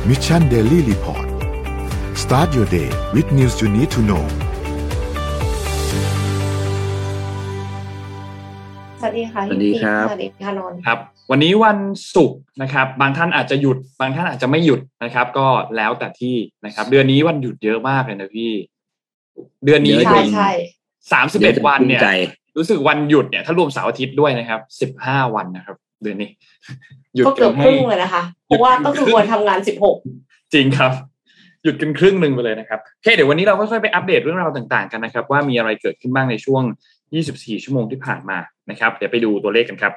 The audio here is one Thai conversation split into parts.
Mission Daily Report Start your day with news you need to know สวัสดีค่ะสวัสดีครับสวัสดีค่ะนนท์ครับวันนี้วันศุกร์นะครับบางท่านอาจจะหยุดบางท่านอาจจะไม่หยุดนะครับก็แล้วแต่ที่นะครับเดือนนี้วันหยุดเยอะมากเลยนะพี่เดือนนี้ใช่ 31วันเนี่ยรู้สึกวันหยุดเนี่ยถ้ารวมเสาร์อาทิตย์ด้วยนะครับ15วันนะครับเดือนนี้หยุดก็เกือบครึ่งเลยนะคะเพราะว่าก็คือควรทำงาน16 จริงครับหยุดกันครึ่งนึงไปเลยนะครับโอเคเดี๋ยววันนี้เราค่อยๆไปอัปเดตเรื่องราวต่างๆกันนะครับว่ามีอะไรเกิดขึ้นบ้างในช่วง24ชั่วโมงที่ผ่านมานะครับเดี๋ยวไปดูตัวเลขกันครับ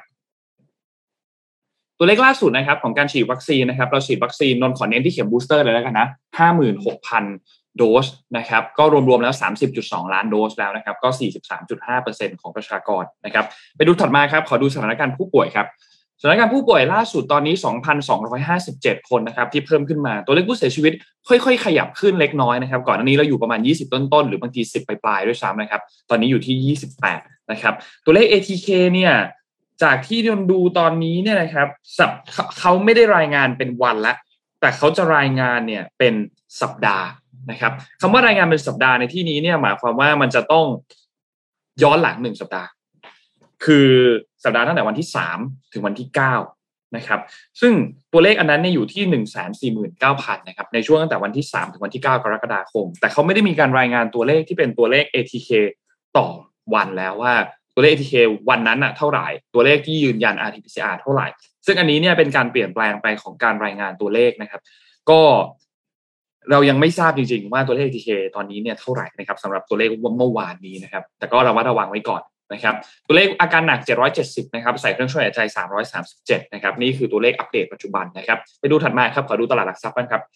ตัวเลขล่าสุดนะครับของการฉีดวัคซีนนะครับเราฉีดวัคซีนนนขอเน้นที่เข็มบูสเตอร์เลยแล้วกันนะ 56,000 โดสนะครับก็รวมๆแล้ว 30.2 ล้านโดสแล้วนะครับก็ 43.5% ของประชากรนะครับไปดูถัดมาครับขอดูสถานการณ์ผู้ป่วยครับสถานการณ์ผู้ป่วยล่าสุดตอนนี้ 2,257 คนนะครับที่เพิ่มขึ้นมาตัวเลขผู้เสียชีวิตค่อยๆขยับขึ้นเล็กน้อยนะครับก่อนหน้านี้เราอยู่ประมาณ20ต้นๆหรือบางที10ปลายๆด้วยซ้ำนะครับตอนนี้อยู่ที่28นะครับตัวเลข ATK เนี่ยจากที่ดูตอนนี้เนี่ยนะครับเขาไม่ได้รายงานเป็นวันละแต่เขาจะรายงานเนี่ยเป็นสัปดาห์นะครับคำว่ารายงานเป็นสัปดาห์ในที่นี้เนี่ยหมายความว่ามันจะต้องย้อนหลัง1สัปดาห์คือสัปดาห์ตั้งแต่วันที่3ถึงวันที่9นะครับซึ่งตัวเลขอันนั้นเนี่ยอยู่ที่ 149,000 นะครับในช่วงตั้งแต่วันที่3ถึงวันที่9กรกฎาคมแต่เขาไม่ได้มีการรายงานตัวเลขที่เป็นตัวเลข ATK ต่อวันแล้วว่าตัวเลข ATK วันนั้นน่ะเท่าไหร่ตัวเลขที่ยืนยัน RT-PCR เท่าไหร่ซึ่งอันนี้เนี่ยเป็นการเปลี่ยนแปลงไปของการรายงานตัวเลขนะครับก็เรายังไม่ทราบจริงๆว่าตัวเลข ATK ตอนนี้เนี่ยเท่าไหร่นะครับสำหรับตัวเลขเมื่อวานนี้นะครับแต่ก็ระมัดระวังไว้ก่อนนะครับตัวเลขอาการหนัก770นะครับใส่เครื่องช่วยหายใจ337นะครับนี่คือตัวเลขอัปเดตปัจจุบันนะครับไปดูถัดมาครับขอดูตลาดหลักทรัพย์กันครับ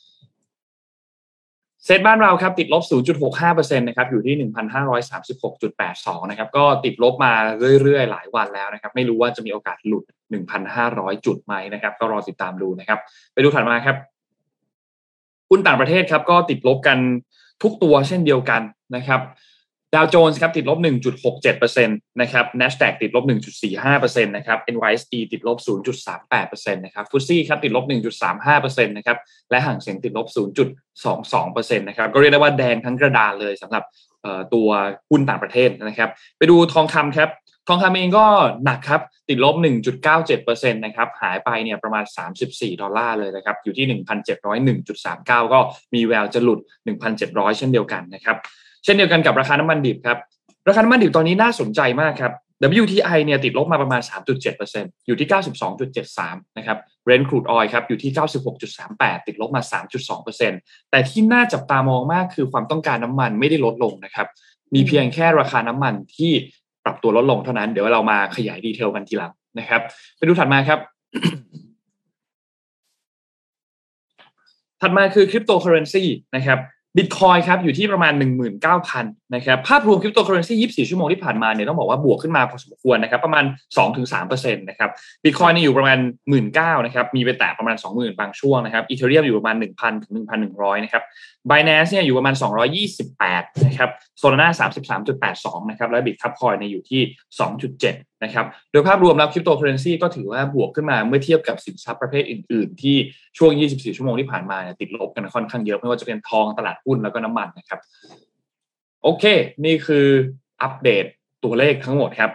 เซ็ตบ้านเราครับติดลบ 0.65% นะครับอยู่ที่ 1,536.82 นะครับก็ติดลบมาเรื่อยๆหลายวันแล้วนะครับไม่รู้ว่าจะมีโอกาสหลุด 1,500 จุดไหมนะครับก็รอติดตามดูนะครับไปดูถัดมาครับหุ้นต่างประเทศครับก็ติดลบกันทุกตัวเช่นเดียวกันนะครับดาวโจนส์ครับติดลบ 1.67% นะครับ NASDAQ ติดลบ 1.45% นะครับ NYSE ติดลบ 0.38% นะครับ FTSE ครับติดลบ 1.35% นะครับและหางเส็งติดลบ 0.22% นะครับก็เรียกได้ว่าแดงทั้งกระดานเลยสำหรับตัวหุ้นต่างประเทศนะครับไปดูทองคำครับทองคำเองก็หนักครับติดลบ 1.97% นะครับหายไปเนี่ยประมาณ$34เลยนะครับอยู่ที่ 1,701.39 ก็มีแววจะหลุด 1,700 เช่นเดียวกันนะครับเช่นเดียวกันกับราคาน้ำมันดิบครับราคาน้ำมันดิบตอนนี้น่าสนใจมากครับ WTI เนี่ยติดลบมาประมาณ 3.7% อยู่ที่ 92.73 นะครับ Brent crude oil ครับอยู่ที่ 96.38 ติดลบมา 3.2% แต่ที่น่าจับตามองมากคือความต้องการน้ำมันไม่ได้ลดลงนะครับมีเพียงแค่ราคาน้ำมันที่ปรับตัวลดลงเท่านั้นเดี๋ยวเรามาขยายดีเทลกันทีหลังนะครับไปดูถัดมาครับ ถัดมาคือคริปโตเคอเรนซีนะครับBitcoin ครับอยู่ที่ประมาณ 19,000 นะครับภาพรวมคริปโตเคอเรนซี24ชั่วโมงที่ผ่านมาเนี่ยต้องบอกว่าบวกขึ้นมาพอสมควรนะครับประมาณ 2-3% นะครับ Bitcoin นี่อยู่ประมาณ 19,000 นะครับมีไปแตะประมาณ 20,000 บางช่วงนะครับ Ethereum อยู่ประมาณ 1,000 ถึง 1,100 นะครับ Binance เนี่ยอยู่ประมาณ228นะครับ Solana 33.82 นะครับและ Bitcoin เนี่ยอยู่ที่ 2.7 นะครับโดยภาพรวมแล้วคริปโตเคอเรนซีก็ถือว่าบวกขึ้นมาเมื่อเทียบกับสินทรัพย์ประเภทอื่นๆที่ช่วง24ชั่วโมงที่ผ่านมาเนี่ยติดลบกันค่อนข้างเยอะไม่ว่าจะเป็นทองตลาดหุ้นแล้วก็น้ำมันนะครับโอเคนี่คืออัปเดตตัวเลขทั้งหมดครับ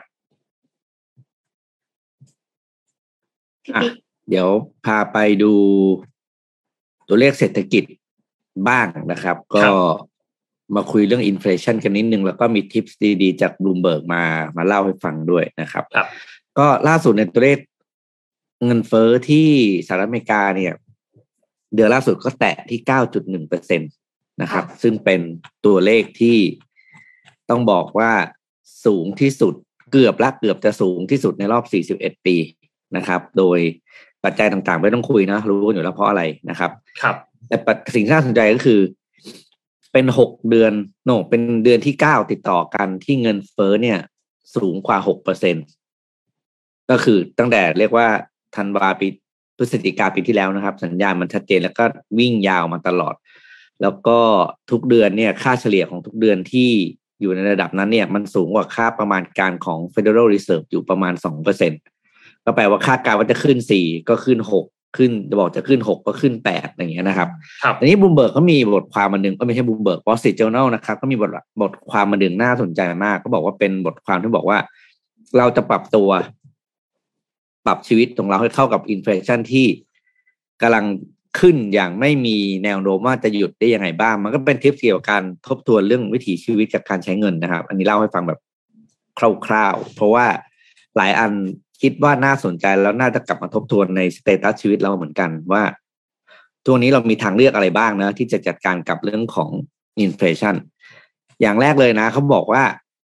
เดี๋ยวพาไปดูตัวเลขเศรษฐกิจบ้างนะครับก็มาคุยเรื่องอินเฟลชันกันนิดนึงแล้วก็มีทิปส์ดีๆจาก Bloomberg มาเล่าให้ฟังด้วยนะครับก็ล่าสุดในตัวเลขเงินเฟ้อที่สหรัฐอเมริกาเนี่ยเดือนล่าสุดก็แตะที่ 9.1% นะครับซึ่งเป็นตัวเลขที่ต้องบอกว่าสูงที่สุดเกือบจะสูงที่สุดในรอบ41ปีนะครับโดยปัจจัยต่างๆไม่ต้องคุยนะรู้กันอยู่แล้วเพราะอะไรนะครับแต่สิ่งที่น่าสนใจก็คือเป็น6เดือนเป็นเดือนที่9ติดต่อกันที่เงินเฟ้อเนี่ยสูงกว่า 6% ก็คือตั้งแต่เรียกว่าธันวาปีพฤศจิกาปีที่แล้วนะครับสัญญาณมันชัดเจนแล้วก็วิ่งยาวมาตลอดแล้วก็ทุกเดือนเนี่ยค่าเฉลี่ยของทุกเดือนที่อยู่ในระดับนั้นเนี่ยมันสูงกว่าค่าประมาณการของ Federal Reserve อยู่ประมาณ 2% ก็แปลว่าคาดการณ์ว่าจะขึ้น4ก็ขึ้น6 ขึ้นจะบอกจะขึ้น6ก็ขึ้น8อย่างเงี้ยนะครับครับทีนี้บลูมเบิร์กเขามีบทความมาหนึ่งก็ไม่ใช่บลูมเบิร์ก Wall Street Journal นะครับก็มีบทความมาหนึ่งน่าสนใจมากก็บอกว่าเป็นบทความที่บอกว่าเราจะปรับชีวิตของเราให้เข้ากับอินเฟลชันที่กำลังขึ้นอย่างไม่มีแนวโน้มว่าจะหยุดได้ยังไงบ้างมันก็เป็นทิปเกี่ยวกับการทบทวนเรื่องวิถีชีวิตกับการใช้เงินนะครับอันนี้เล่าให้ฟังแบบคร่าวๆเพราะว่าหลายอันคิดว่าน่าสนใจแล้วน่าจะกลับมาทบทวนในสเตตัสชีวิตเราเหมือนกันว่าตัวนี้เรามีทางเลือกอะไรบ้างนะที่จะจัดการกับเรื่องของอินเฟลชันอย่างแรกเลยนะเขาบอกว่า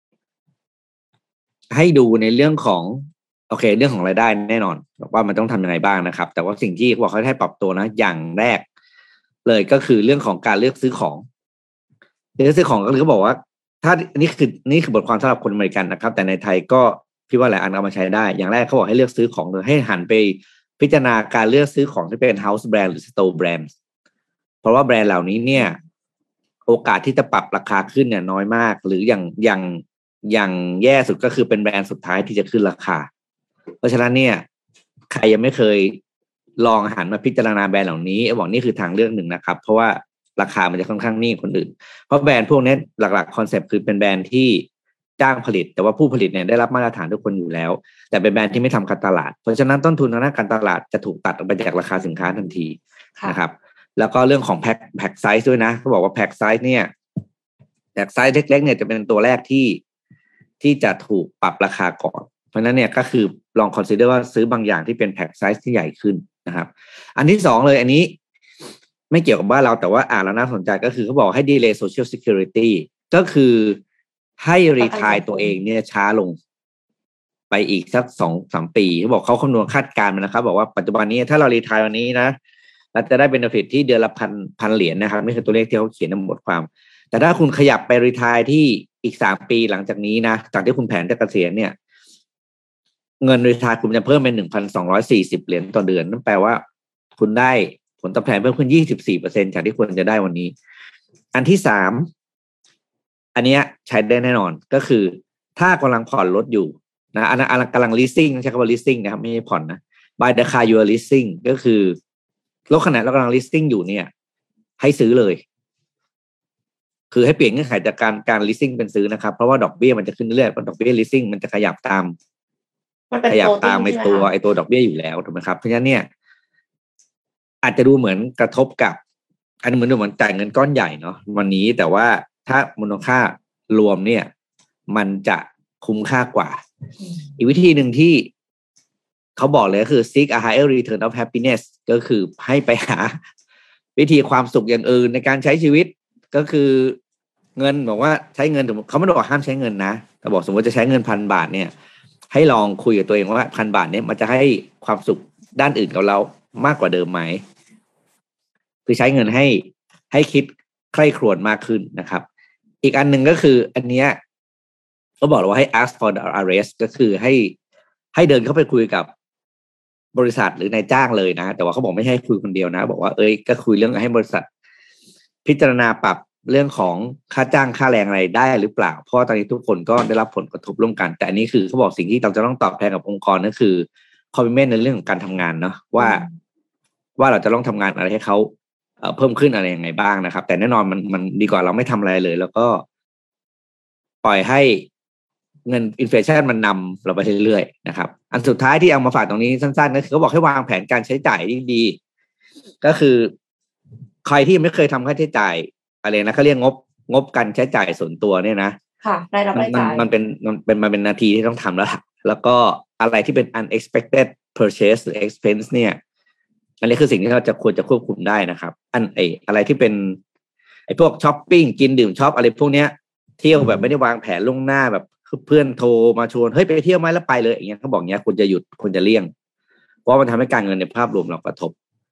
ให้ดูในเรื่องของโอเคเรื่องของรายได้แน่นอนว่ามันต้องทำยังไงบ้างนะครับแต่ว่าสิ่งที่เขาบอกเขาให้ปรับตัวนะอย่างแรกเลยก็คือเรื่องของการเลือกซื้อของก็คือเขาบอกว่าถ้านี่คือบทความสำหรับคนอเมริกันนะครับแต่ในไทยก็พี่ว่าหลายอันเอามาใช้ได้อย่างแรกเขาบอกให้เลือกซื้อของโดยให้หันไปพิจารณาการเลือกซื้อของที่เป็น house brand หรือ store brand เพราะว่าแบรนด์เหล่านี้เนี่ยโอกาสที่จะปรับราคาขึ้นเนี่ยน้อยมากหรืออย่างแย่สุดก็คือเป็นแบรนด์สุดท้ายที่จะขึ้นราคาเพราะฉะนั้นเนี่ยใครยังไม่เคยลองหันมาพิจารณาแบรนด์เหล่านี้บอกนี่คือทางเลือกหนึ่งนะครับเพราะว่าราคามันจะค่อนข้างนิ่งคนอื่นเพราะแบรนด์พวกนี้หลักๆคอนเซ็ปต์คือเป็นแบรนด์ที่จ้างผลิตแต่ว่าผู้ผลิตเนี่ยได้รับมาตรฐานทุกคนอยู่แล้วแต่เป็นแบรนด์ที่ไม่ทำการตลาดเพราะฉะนั้นต้นทุนทางด้านการตลาดจะถูกตัดออกไปจากราคาสินค้าทันทีนะครับแล้วก็เรื่องของแพ็คไซส์ด้วยนะเขาบอกว่าแพ็คไซส์เนี่ยแพ็คไซส์เล็กๆเนี่ยจะเป็นตัวแรกที่จะถูกปรับราคาก่อนเพราะฉะนั้นเนี่ยก็คือลองคอนซิเดอร์ว่าซื้อบางอย่างที่เป็นแพ็คไซส์ที่ใหญ่ขึ้นนะครับอันที่สองเลยอันนี้ไม่เกี่ยวกับบ้านเราแต่ว่าแล้วน่าสนใจก็คือเขาบอกให้ delay social security ก็คือให้รีไทร์ตัวเองเนี่ยช้าลงไปอีกสัก 2-3 ปีเขาบอกเขาคำนวณคาดการณ์มานะครับบอกว่าปัจจุบันนี้ถ้าเรารีไทร์วันนี้นะเราจะได้เบเนฟิตที่เดือนละพันเหรียญนะครับนี่คือตัวเลขที่เขาเขียนในบทความแต่ถ้าคุณขยับไปรีไทร์ที่อีก3 ปีหลังจากนี้นะจากที่คุณแผนจะเกษียณเนี่ยเงินรีไทร์คุณจะเพิ่มเป็น 1,240 เหรียญต่อเดือนนั่นแปลว่าคุณได้ผลตอบแทนเพิ่มขึ้น 24% จากที่คุณจะได้วันนี้อันที่3อันเนี้ยใช้ได้แน่นอนก็คือถ้ากำลังผ่อนรถอยู่นะอันนั้นกำลัง leasing ใช้คำว่า leasing นะครับไม่ใช่ผ่อนนะ buy the car you are leasing ก็คือรถขณะเรากำลัง leasing อยู่เนี่ยให้ซื้อเลยคือให้เปลี่ยนเงื่อนไขจากการ leasing เป็นซื้อนะครับเพราะว่าดอกเบี้ยมันจะขึ้นเรื่อยๆเพราะดอกเบี้ย leasing มันจะขยับตามไอ้ตัวดอกเบี้ยอยู่แล้วถูกไหมครับเพราะฉะนั้นเนี่ยอาจจะดูเหมือนกระทบกับอันนี้เหมือนจ่ายเงินก้อนใหญ่เนาะวันนี้แต่ว่าถ้ามูลค่ารวมเนี่ยมันจะคุ้มค่ากว่าอีกวิธีหนึ่งที่เขาบอกเลยก็คือ seek a higher return of happiness ก็คือให้ไปหาวิธีความสุขอย่างอื่นในการใช้ชีวิตก็คือเงินบอกว่าใช้เงินเขาไม่ได้บอกห้ามใช้เงินนะแต่บอกสมมติจะใช้เงิน 1,000 บาทเนี่ยให้ลองคุยกับตัวเองว่า 1,000 บาทเนี่ยมันจะให้ความสุขด้านอื่นกับเรามากกว่าเดิมไหมคือใช้เงินให้คิดใคร่ครวญมากขึ้นนะครับอีกอันหนึ่งก็คืออันเนี้ยเขาบอกว่าให้ ask for the arrest ก็คือให้เดินเข้าไปคุยกับบริษัทหรือนายจ้างเลยนะแต่ว่าเขาบอกไม่ให้คุยคนเดียวนะบอกว่าก็คุยเรื่องให้บริษัทพิจารณาปรับเรื่องของค่าจ้างค่าแรงอะไรได้หรือเปล่าเพราะตอนนี้ทุกคนก็ได้รับผลกระทบร่วมกันแต่อันนี้คือเขาบอกสิ่งที่เราจะต้องตอบแทนกับองค์กรนั่นคือคอมมิตเมนต์ในเรื่องของการทำงานเนาะว่าเราจะต้องทำงานอะไรให้เขาเพิ่มขึ้นอะไรยังไงบ้างนะครับแต่แน่นอนมันดีกว่าเราไม่ทำอะไรเลยแล้วก็ปล่อยให้เงินอินเฟลชันมันนำเราไปเรื่อยๆนะครับอันสุดท้ายที่เอามาฝากตรงนี้สั้นๆก็คือเขาบอกให้วางแผนการใช้จ่ายดีๆก็คือใครที่ไม่เคยทำค่าใช้จ่ายอะไรนะเขาเรียกงบการใช้จ่ายส่วนตัวเนี่ยนะค่ะรายรับรายจ่ายมันเป็นนาทีที่ต้องทำแล้วก็อะไรที่เป็น unexpected purchase หรือ expense เนี่ยอันนี้คือสิ่งที่เราจะควรจะควบคุมได้นะครับอะไรที่เป็นพวกช้อปปิ้งกินดื่มช็อปอะไรพวกเนี้ยเที่ยวแบบไม่ได้วางแผนล่วงหน้าแบบเพื่อนโทรมาชวนเฮ้ยไปเที่ยวไหมแล้วไปเลยอย่างเงี้ยเขาบอกเงี้ยควรจะหยุดควรจะเลี่ยงเพราะมันทำให้การเงินในภาพรวมเรากระทบ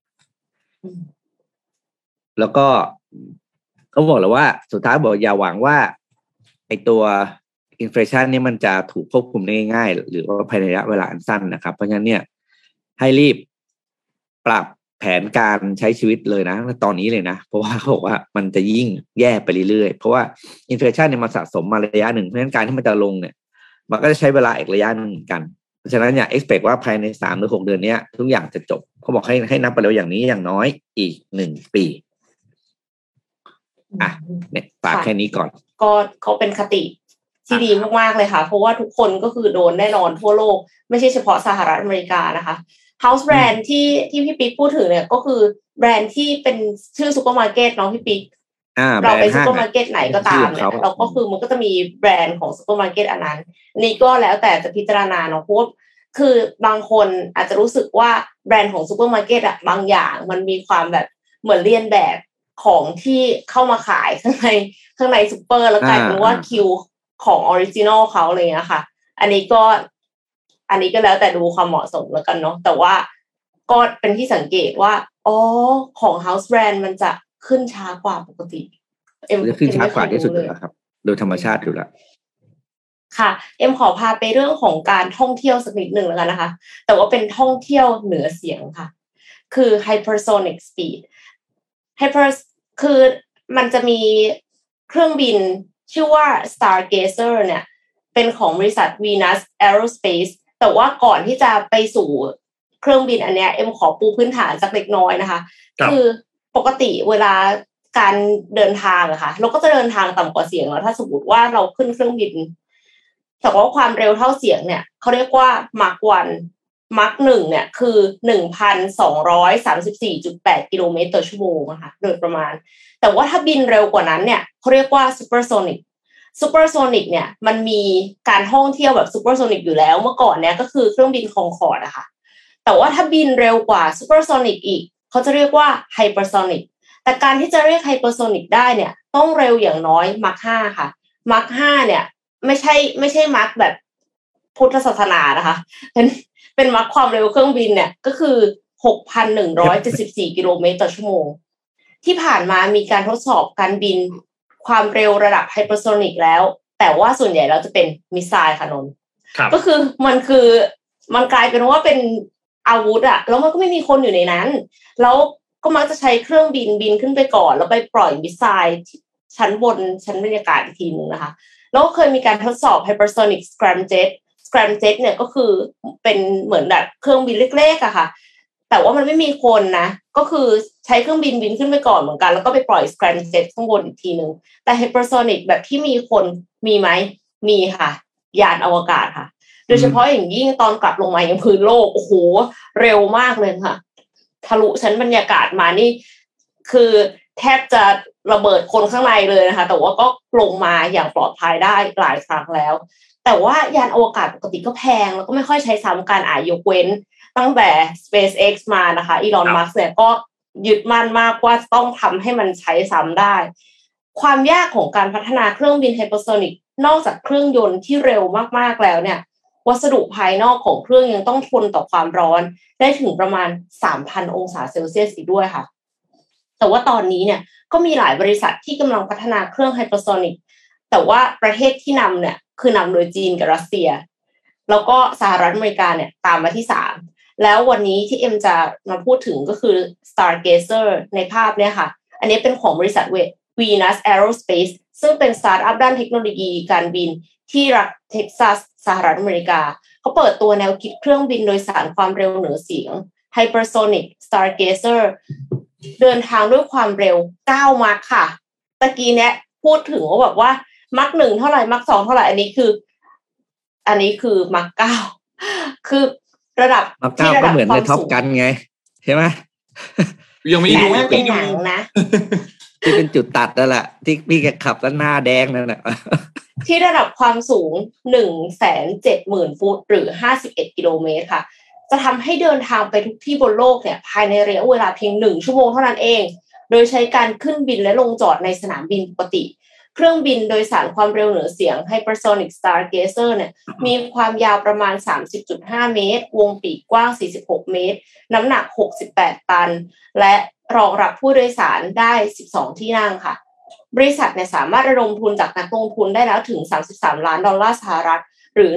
แล้วก็เขาบอกแล้วว่าสุดท้ายบอกอย่าหวังว่าไอ้ตัวอินเฟลชันนี่มันจะถูกควบคุมได้ง่ายหรือว่าภายในระยะเวลาอันสั้นนะครับเพราะฉะนั้นเนี่ยให้รีบปรับแผนการใช้ชีวิตเลยนะตอนนี้เลยนะเพราะว่าเขาบอกว่ามันจะยิ่งแย่ไปเรื่อยๆเพราะว่าอินเฟลชันเนี่ยมันสะสมมาระยะหนึ่งเพราะฉะนั้นการที่มันจะลงเนี่ยมันก็จะใช้เวลาอีกระยะนึงเหมือนกันเพราะฉะนั้นอย่า expect ว่าภายใน3 หรือ 6 เดือนนี้ทุกอย่างจะจบเขาบอกให้นับไปแล้วอย่างนี้อย่างน้อยอีก1 ปีเนี่ยฝากแค่นี้ก่อนก็เขาเป็นคติที่ดีมากๆเลยค่ะเพราะว่าทุกคนก็คือโดนแน่นอนทั่วโลกไม่ใช่เฉพาะสหรัฐอเมริกานะคะ House Brand ที่พี่ปิ๊กพูดถึงเนี่ยก็คือแบรนด์ที่เป็นชื่อซุปเปอร์มาร์เก็ตเนาะพี่ปิ๊กเราไปซุปเปอร์มาร์เก็ตไหนก็ตามเนี่ยเราก็คือมันก็จะมีแบรนด์ของซุปเปอร์มาร์เก็ตอันนั้นนี่ก็แล้วแต่จะพิจารณาเนาะเพราะคือบางคนอาจจะรู้สึกว่าแบรนด์ของซุปเปอร์มาร์เก็ตอะบางอย่างมันมีความแบบเหมือนเลียนแบบของที่เข้ามาขายข้างในซุปเปอร์แล้วกลายเป็นว่าคิวของออริจินอลเขาอะไรอย่างเงี้ยค่ะอันนี้ก็แล้วแต่ดูความเหมาะสมแล้วกันเนาะแต่ว่าก็เป็นที่สังเกตว่าของ House Brand มันจะขึ้นช้ากว่าปกติจะขึ้นช้ากว่าที่สุดเลยครับโดยธรรมชาติอยู่แล้วค่ะขอพาไปเรื่องของการท่องเที่ยวสักนิดหนึ่งแล้วกันนะคะแต่ว่าเป็นท่องเที่ยวเหนือเสียงค่ะคือ hypersonic speed คือมันจะมีเครื่องบินชื่อว่า Stargazer เนี่ยเป็นของบริษัท Venus Aerospace แต่ว่าก่อนที่จะไปสู่เครื่องบินอันเนี้ยขอปูพื้นฐานสักเล็กน้อยนะคะคือปกติเวลาการเดินทางอะค่ะเราก็จะเดินทางต่ำกว่าเสียงแล้วถ้าสมมติว่าเราขึ้นเครื่องบินแต่ว่าความเร็วเท่าเสียงเนี่ยเขาเรียกว่า Mach 1 Mach 1เนี่ยคือ 1,234.8 กิโลเมตรต่อชั่วโมงนะคะโดยประมาณแต่ว่าถ้าบินเร็วกว่านั้นเนี่ยเขาเรียกว่า Supersonicเนี่ยมันมีการท่องเที่ยวแบบ Supersonic อยู่แล้วเมื่อก่อนเนี่ยก็คือเครื่องบินคองคอร์ดอะค่ะแต่ว่าถ้าบินเร็วกว่า Supersonic อีกเขาจะเรียกว่า Hypersonic แต่การที่จะเรียก Hypersonic ได้เนี่ยต้องเร็วอย่างน้อย Mach 5ค่ะ Mach 5เนี่ยไม่ใช่มักแบบพุทธศาสนานะคะเป็นมักความเร็วเครื่องบินเนี่ยก็คือ 6,174 กิโลเมตรต่อชั่วโมงที่ผ่านมามีการทดสอบการบินความเร็วระดับไฮเปอร์โซนิกแล้วแต่ว่าส่วนใหญ่แล้วจะเป็นมิสไซล์ค่ะนนท์ก็คือมันกลายเป็นว่าเป็นอาวุธอะแล้วมันก็ไม่มีคนอยู่ในนั้นแล้วก็มักจะใช้เครื่องบินขึ้นไปก่อนแล้วไปปล่อยมิสไซล์ชั้นบนชั้นบรรยากาศอีกทีนึงนะคะแล้วเคยมีการทดสอบ hypersonic scramjet เนี่ยก็คือเป็นเหมือนแบบเครื่องบินเล็กๆอะค่ะแต่ว่ามันไม่มีคนนะก็คือใช้เครื่องบินขึ้นไปก่อนเหมือนกันแล้วก็ไปปล่อย scramjet ข้างบนอีกทีนึงแต่ hypersonic แบบที่มีคนมีไหมมีค่ะยานอวกาศค่ะโดยเฉพาะอย่างยิ่งตอนกลับลงมายังพื้นโลกโอ้โหเร็วมากเลยค่ะทะลุชั้นบรรยากาศมานี่คือแทบจะระเบิดคนข้างในเลยนะคะแต่ว่าก็ลงมาอย่างปลอดภัยได้หลายครั้งแล้วแต่ว่ายานอวกาศปกติก็แพงแล้วก็ไม่ค่อยใช้ซ้ำกันยกเว้นตั้งแต่ SpaceX มานะคะอีลอน มัสก์เนี่ยก็ยึดมั่นมากว่าต้องทำให้มันใช้ซ้ำได้ความยากของการพัฒนาเครื่องบินไฮเปอร์โซนิกนอกจากเครื่องยนต์ที่เร็วมากๆแล้วเนี่ยวัสดุภายนอกของเครื่องยังต้องทนต่อความร้อนได้ถึงประมาณ 3,000 องศาเซลเซียสอีกด้วยค่ะแต่ว่าตอนนี้เนี่ยก็มีหลายบริษัทที่กำลังพัฒนาเครื่องไฮเปอร์โซนิกแต่ว่าประเทศที่นำเนี่ยคือนำโดยจีนกับรัสเซียแล้วก็สหรัฐอเมริกาเนี่ยตามมาที่3แล้ววันนี้ที่จะมาพูดถึงก็คือ Stargazer ในภาพเนี่ยค่ะอันนี้เป็นของบริษัท Venus Aerospace ซึ่งเป็นสตาร์ทอัพด้านเทคโนโลยีการบินที่รัฐเท็กซัสสหรัฐอเมริกาเขาเปิดตัวแนวคิดเครื่องบินโดยสารความเร็วเหนือเสียง Hypersonic Stargazer เดินทางด้วยความเร็ว9 มัคค่ะตะกี้เนี้ยพูดถึงว่าแบบว่ามัค1เท่าไหร่มัค2เท่าไหร่อันนี้คือมัค9คือระดับที่ระดับก็เหมือนในท็อปกันไงใช่ไหมยังไม่ดูเป็นหนังนะที่เป็นจุดตัดนั่นแหละที่พี่แกขับแล้วหน้าแดงนั่นแหละที่ระดับความสูง 170,000 ฟุตหรือ51 กิโลเมตรค่ะจะทำให้เดินทางไปทุกที่บนโลกเนี่ยภายในระยะเวลาเพียง1 ชั่วโมงเท่านั้นเองโดยใช้การขึ้นบินและลงจอดในสนามบินปกติเครื่องบินโดยสารความเร็วเหนือเสียง Hypersonic Stargazer เนี่ยมีความยาวประมาณ 30.5 เมตรวงปีกกว้าง46 เมตรน้ำหนัก68 ตันและรองรับผู้โดยสารได้12 ที่นั่งค่ะบริษัทเนี่ยสามารถระดมทุนจากนักลงทุนได้แล้วถึง$33 ล้านหรือ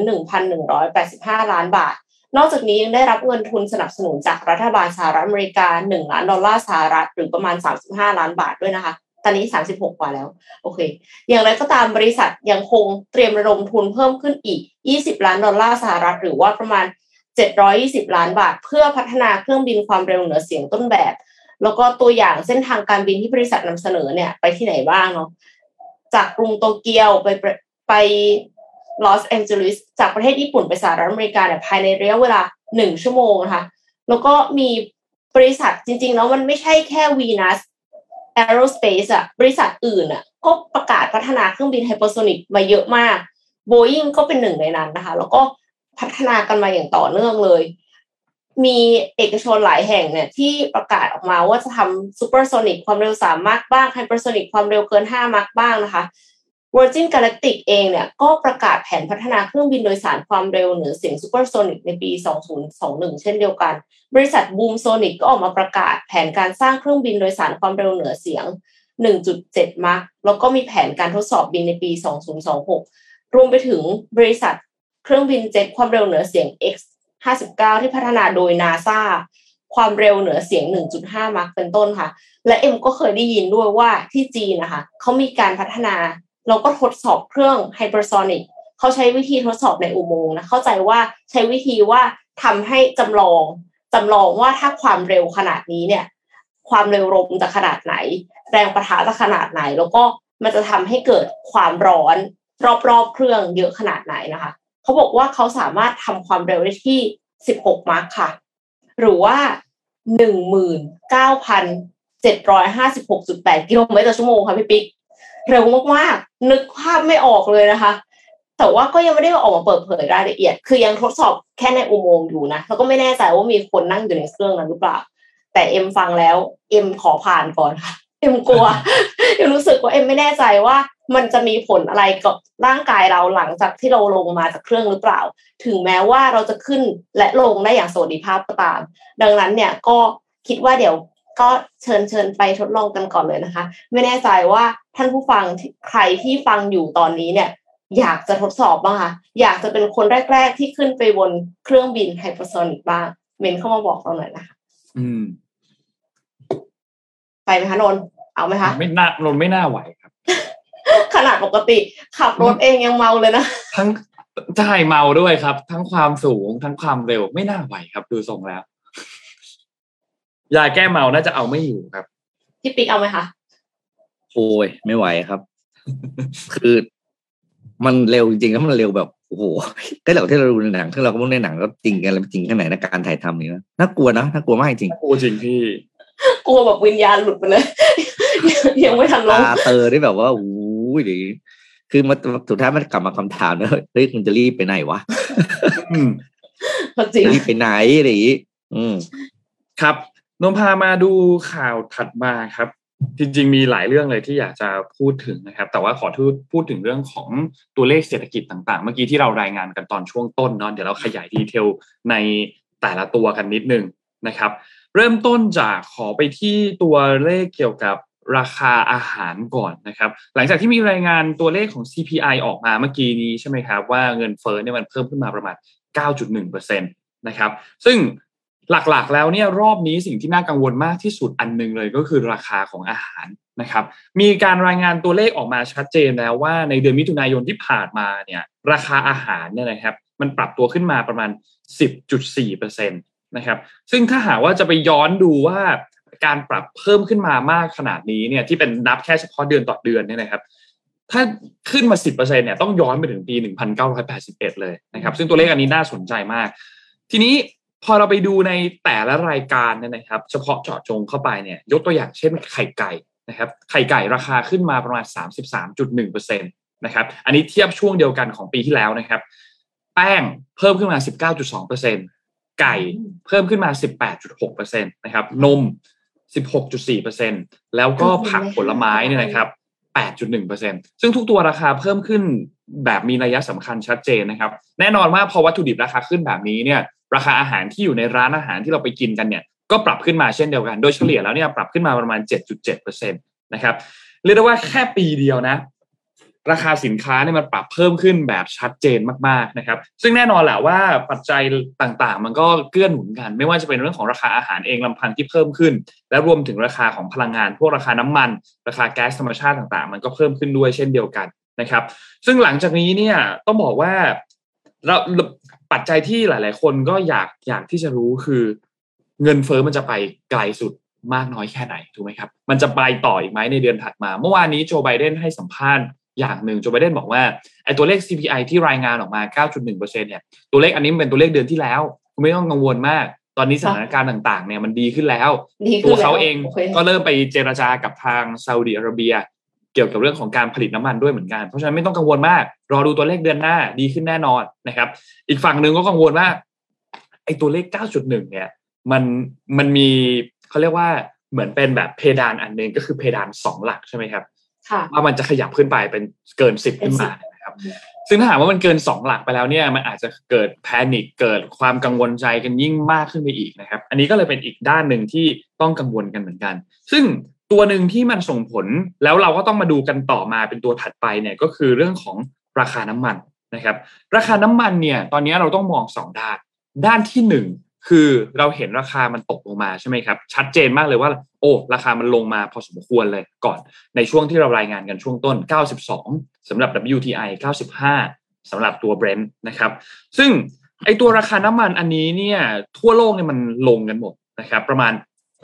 1,185 ล้านบาทนอกจากนี้ยังได้รับเงินทุนสนับสนุนจากรัฐบาลสหรัฐอเมริกา$1 ล้านหรือประมาณ35 ล้านบาทด้วยนะคะตอนนี้36กว่าแล้วโอเคอย่างไรก็ตามบริษัทยังคงเตรียมระดมทุนเพิ่มขึ้นอีก$20 ล้านหรือว่าประมาณ720 ล้านบาทเพื่อพัฒนาเครื่องบินความเร็วเหนือเสียงต้นแบบแล้วก็ตัวอย่างเส้นทางการบินที่บริษัทนำเสนอเนี่ยไปที่ไหนบ้างเนาะจากกรุงโตเกียวไปลอสแองเจลิสจากประเทศญี่ปุ่นไปสหรัฐอเมริกาเนี่ยภายในระยะเวลา1ชั่วโมงนะคะแล้วก็มีบริษัทจริงๆแล้วมันไม่ใช่แค่ Venus Aerospace อ่ะบริษัทอื่นอ่ะก็ประกาศพัฒนาเครื่องบินไฮเปอร์โซนิกมาเยอะมาก Boeing ก็เป็นหนึ่งในนั้นนะคะแล้วก็พัฒนากันมาอย่างต่อเนื่องเลยมีเอกชนหลายแห่งเนี่ยที่ประกาศออกมาว่าจะทำซูเปอร์โซนิกความเร็ว3 มัคบ้างไฮเปอร์โซนิกความเร็วเกิน5 มัคบ้างนะคะ Virgin Galactic เองเนี่ยก็ประกาศแผนพัฒนาเครื่องบินโดยสารความเร็วเหนือเสียงซูเปอร์โซนิกในปี2021เช่นเดียวกันบริษัท Boom Sonic ก็ออกมาประกาศแผนการสร้างเครื่องบินโดยสารความเร็วเหนือเสียง 1.7 มัคแล้วก็มีแผนการทดสอบบินในปี2026รวมไปถึงบริษัทเครื่องบินเจ็ตความเร็วเหนือเสียง X-59 ที่พัฒนาโดย NASA ความเร็วเหนือเสียง 1.5 มัคเป็นต้นค่ะและเอ็มก็เคยได้ยินด้วยว่าที่จีนนะคะเขามีการพัฒนาแล้วก็ทดสอบเครื่องไฮเปอร์โซนิกเขาใช้วิธีทดสอบในอุโมงค์นะเข้าใจว่าใช้วิธีว่าทำให้จำลองว่าถ้าความเร็วขนาดนี้เนี่ยความเร็วลมจะขนาดไหนแรงปะทะจะขนาดไหนแล้วก็มันจะทำให้เกิดความร้อนรอบๆเครื่องเยอะขนาดไหนนะคะเขาบอกว่าเขาสามารถทำความเร็วได้ที่16 มัคค่ะหรือว่า 19,756.8 กิโลเมตรต่อชั่วโมงค่ะพี่ปิ๊กเร็วมากๆนึกภาพไม่ออกเลยนะคะแต่ว่าก็ยังไม่ได้ออกมาเปิดเผยรายละเอียดคือยังทดสอบแค่ในอุโมงค์อยู่นะแล้วก็ไม่แน่ใจว่ามีคนนั่งอยู่ในเครื่องนั้นหรือเปล่าแต่เอ็มฟังแล้วเอ็มขอผ่านก่อนค่ะเอ็มกลัว เอ็มรู้สึกว่าเอ็มไม่แน่ใจว่ามันจะมีผลอะไรกับร่างกายเราหลังจากที่เราลงมาจากเครื่องหรือเปล่าถึงแม้ว่าเราจะขึ้นและลงได้อย่างสวัสดิภาพก็ตามดังนั้นเนี่ยก็คิดว่าเดี๋ยวก็เชิญไปทดลองกันก่อนเลยนะคะไม่แน่ใจว่าท่านผู้ฟังใครที่ฟังอยู่ตอนนี้เนี่ยอยากจะทดสอบบ้างคะอยากจะเป็นคนแรกๆที่ขึ้นไปบนเครื่องบินไฮเปอร์โซนิกบ้างเมนเข้ามาบอกเราหน่อยนะคะไปไหมคะนนท์เอาไหมคะนนท์ไม่น่าไหวครับขนาดปกติขับรถเองยังเมาเลยนะทั้งใช่เมาด้วยครับทั้งความสูงทั้งความเร็วไม่น่าไหวครับดูทรงแล้วยาแก้เมาน่าจะเอาไม่อยู่ครับพี่ปิ๊กเอาไหมคะโอ้ยไม่ไหวครับ คือมันเร็วจริงๆแล้วมันเร็วแบบโอ้โหก็แบบที่เราดูในหนังถ้าเราก็มองในหนังก็จริงกันแล้วจริงแค่ไหนนะการถ่ายทำนี่นะน่ากลัวนะน่ากลัวมากจริงกลัวจริงพี่กลัวแบบวิญญาณหลุดไปเลย ยังไม่ทันลงตาเตอได้แบบว่าโอ้ยดิคือมาสุดท้ายมันกลับมาคำถามนะเฮ้ยคุณจะรีบไปไหนวะจริงรีบไปไหนอะไรอย่างงี้ครับนนพามาดูข่าวถัดมาครับจริงๆมีหลายเรื่องเลยที่อยากจะพูดถึงนะครับแต่ว่าขอพูดถึงเรื่องของตัวเลขเศรษฐกิจต่างๆเมื่อกี้ที่เรารายงานกันตอนช่วงต้นเนาะเดี๋ยวเราขยายดีเทลในแต่ละตัวกันนิดนึงนะครับเริ่มต้นจากขอไปที่ตัวเลขเกี่ยวกับราคาอาหารก่อนนะครับหลังจากที่มีรายงานตัวเลขของ CPI ออกมาเมื่อกี้นี้ใช่ไหมครับว่าเงินเฟ้อเนี่ยมันเพิ่มขึ้นมาประมาณ 9.1% นะครับซึ่งหลักๆแล้วเนี่ยรอบนี้สิ่งที่น่ากังวลมากที่สุดอันนึงเลยก็คือราคาของอาหารนะครับมีการรายงานตัวเลขออกมาชัดเจนแล้วว่าในเดือนมิถุนายนที่ผ่านมาเนี่ยราคาอาหารเนี่ยนะครับมันปรับตัวขึ้นมาประมาณ 10.4% นะครับซึ่งถ้าหากว่าจะไปย้อนดูว่าการปรับเพิ่มขึ้นมามากขนาดนี้เนี่ยที่เป็นนับแค่เฉพาะเดือนต่อเดือนเนี่ยนะครับถ้าขึ้นมา 10% เนี่ยต้องย้อนไปถึงปี 1981 เลยนะครับซึ่งตัวเลขอันนี้น่าสนใจมากทีนี้พอเราไปดูในแต่ละรายการเนี่ยนะครับเฉพาะเจาะจงเข้าไปเนี่ยยกตัวอย่างเช่นไข่ไก่นะครับไข่ไก่ราคาขึ้นมาประมาณ 33.1% นะครับอันนี้เทียบช่วงเดียวกันของปีที่แล้วนะครับแป้งเพิ่มขึ้นมา 19.2% ไก่เพิ่มขึ้นมา 18.6% นะครับนม 16.4% แล้วก็ผักผลไม้เนี่ยนะครับ 8.1% ซึ่งทุกตัวราคาเพิ่มขึ้นแบบมีนัยสำคัญชัดเจนนะครับแน่นอนว่าพอวัตถุดิบราคาขึ้นแบบนี้เนี่ยราคาอาหารที่อยู่ในร้านอาหารที่เราไปกินกันเนี่ยก็ปรับขึ้นมาเช่นเดียวกันโดยเฉลี่ยแล้วเนี่ยปรับขึ้นมาประมาณ 7.7% นะครับเรียกได้ว่าแค่ปีเดียวนะราคาสินค้าเนี่ยมันปรับเพิ่มขึ้นแบบชัดเจนมากๆนะครับซึ่งแน่นอนแหละว่าปัจจัยต่างๆมันก็เกื้อหนุนกันไม่ว่าจะเป็นเรื่องของราคาอาหารเองลำพังที่เพิ่มขึ้นและรวมถึงราคาของพลังงานพวกราคาน้ำมันราคาแก๊สธรรมชาติต่างๆมันก็เพิ่มขึ้นด้วยเช่นเดียวกันนะครับซึ่งหลังจากนี้เนี่ยต้องบอกว่าเราปัจจัยที่หลายๆคนก็อยากที่จะรู้คือเงินเฟ้อมันจะไปไกลสุดมากน้อยแค่ไหนถูกไหมครับมันจะไปต่ออีกไหมในเดือนถัดมาเมื่อวานนี้โจไบเดนให้สัมภาษณ์อย่างหนึ่งโจไบเดนบอกว่าไอ้ตัวเลข CPI ที่รายงานออกมา 9.1% เนี่ยตัวเลขอันนี้เป็นตัวเลขเดือนที่แล้วคุณไม่ต้องกังวลมากตอนนี้สถานการณ์ต่างๆเนี่ยมันดีขึ้นแล้วตัวเขาเองก็เริ่มไปเจรจากับทางซาอุดิอาระเบียเกี่ยวกับเรื่องของการผลิตน้ำมันด้วยเหมือนกันเพราะฉะนั้นไม่ต้องกังวลมากรอดูตัวเลขเดือนหน้าดีขึ้นแน่นอนนะครับอีกฝั่งนึงก็กังวลว่าไอ้ตัวเลข 9.1 เนี่ยมันมีเขาเรียกว่าเหมือนเป็นแบบเพดานอันนึงก็คือเพดาน2หลักใช่ไหมครับว่ามันจะขยับขึ้นไปเป็นเกิน10ขึ้นมานะครับซึ่งถ้าหากว่ามันเกิน2หลักไปแล้วเนี่ยมันอาจจะเกิดแพนิคเกิดความกังวลใจกันยิ่งมากขึ้นไปอีกนะครับอันนี้ก็เลยเป็นอีกด้านนึงที่ต้องกังวลกันเหมือนกันซึ่งตัวนึงที่มันส่งผลแล้วเราก็ต้องมาดูกันต่อมาเป็นตัวถัดไปเนี่ยก็คือเรื่องของราคาน้ำมันนะครับราคาน้ำมันเนี่ยตอนนี้เราต้องมอง2ด้านที่1คือเราเห็นราคามันตกลงมาใช่ไหมครับชัดเจนมากเลยว่าโอ้ราคามันลงมาพอสมควรเลยก่อนในช่วงที่เรารายงานกันช่วงต้น92สำหรับ WTI 95สำหรับตัว Brent นะครับซึ่งไอตัวราคาน้ำมันอันนี้เนี่ยทั่วโลกเนี่ยมันลงกันหมดนะครับประมาณ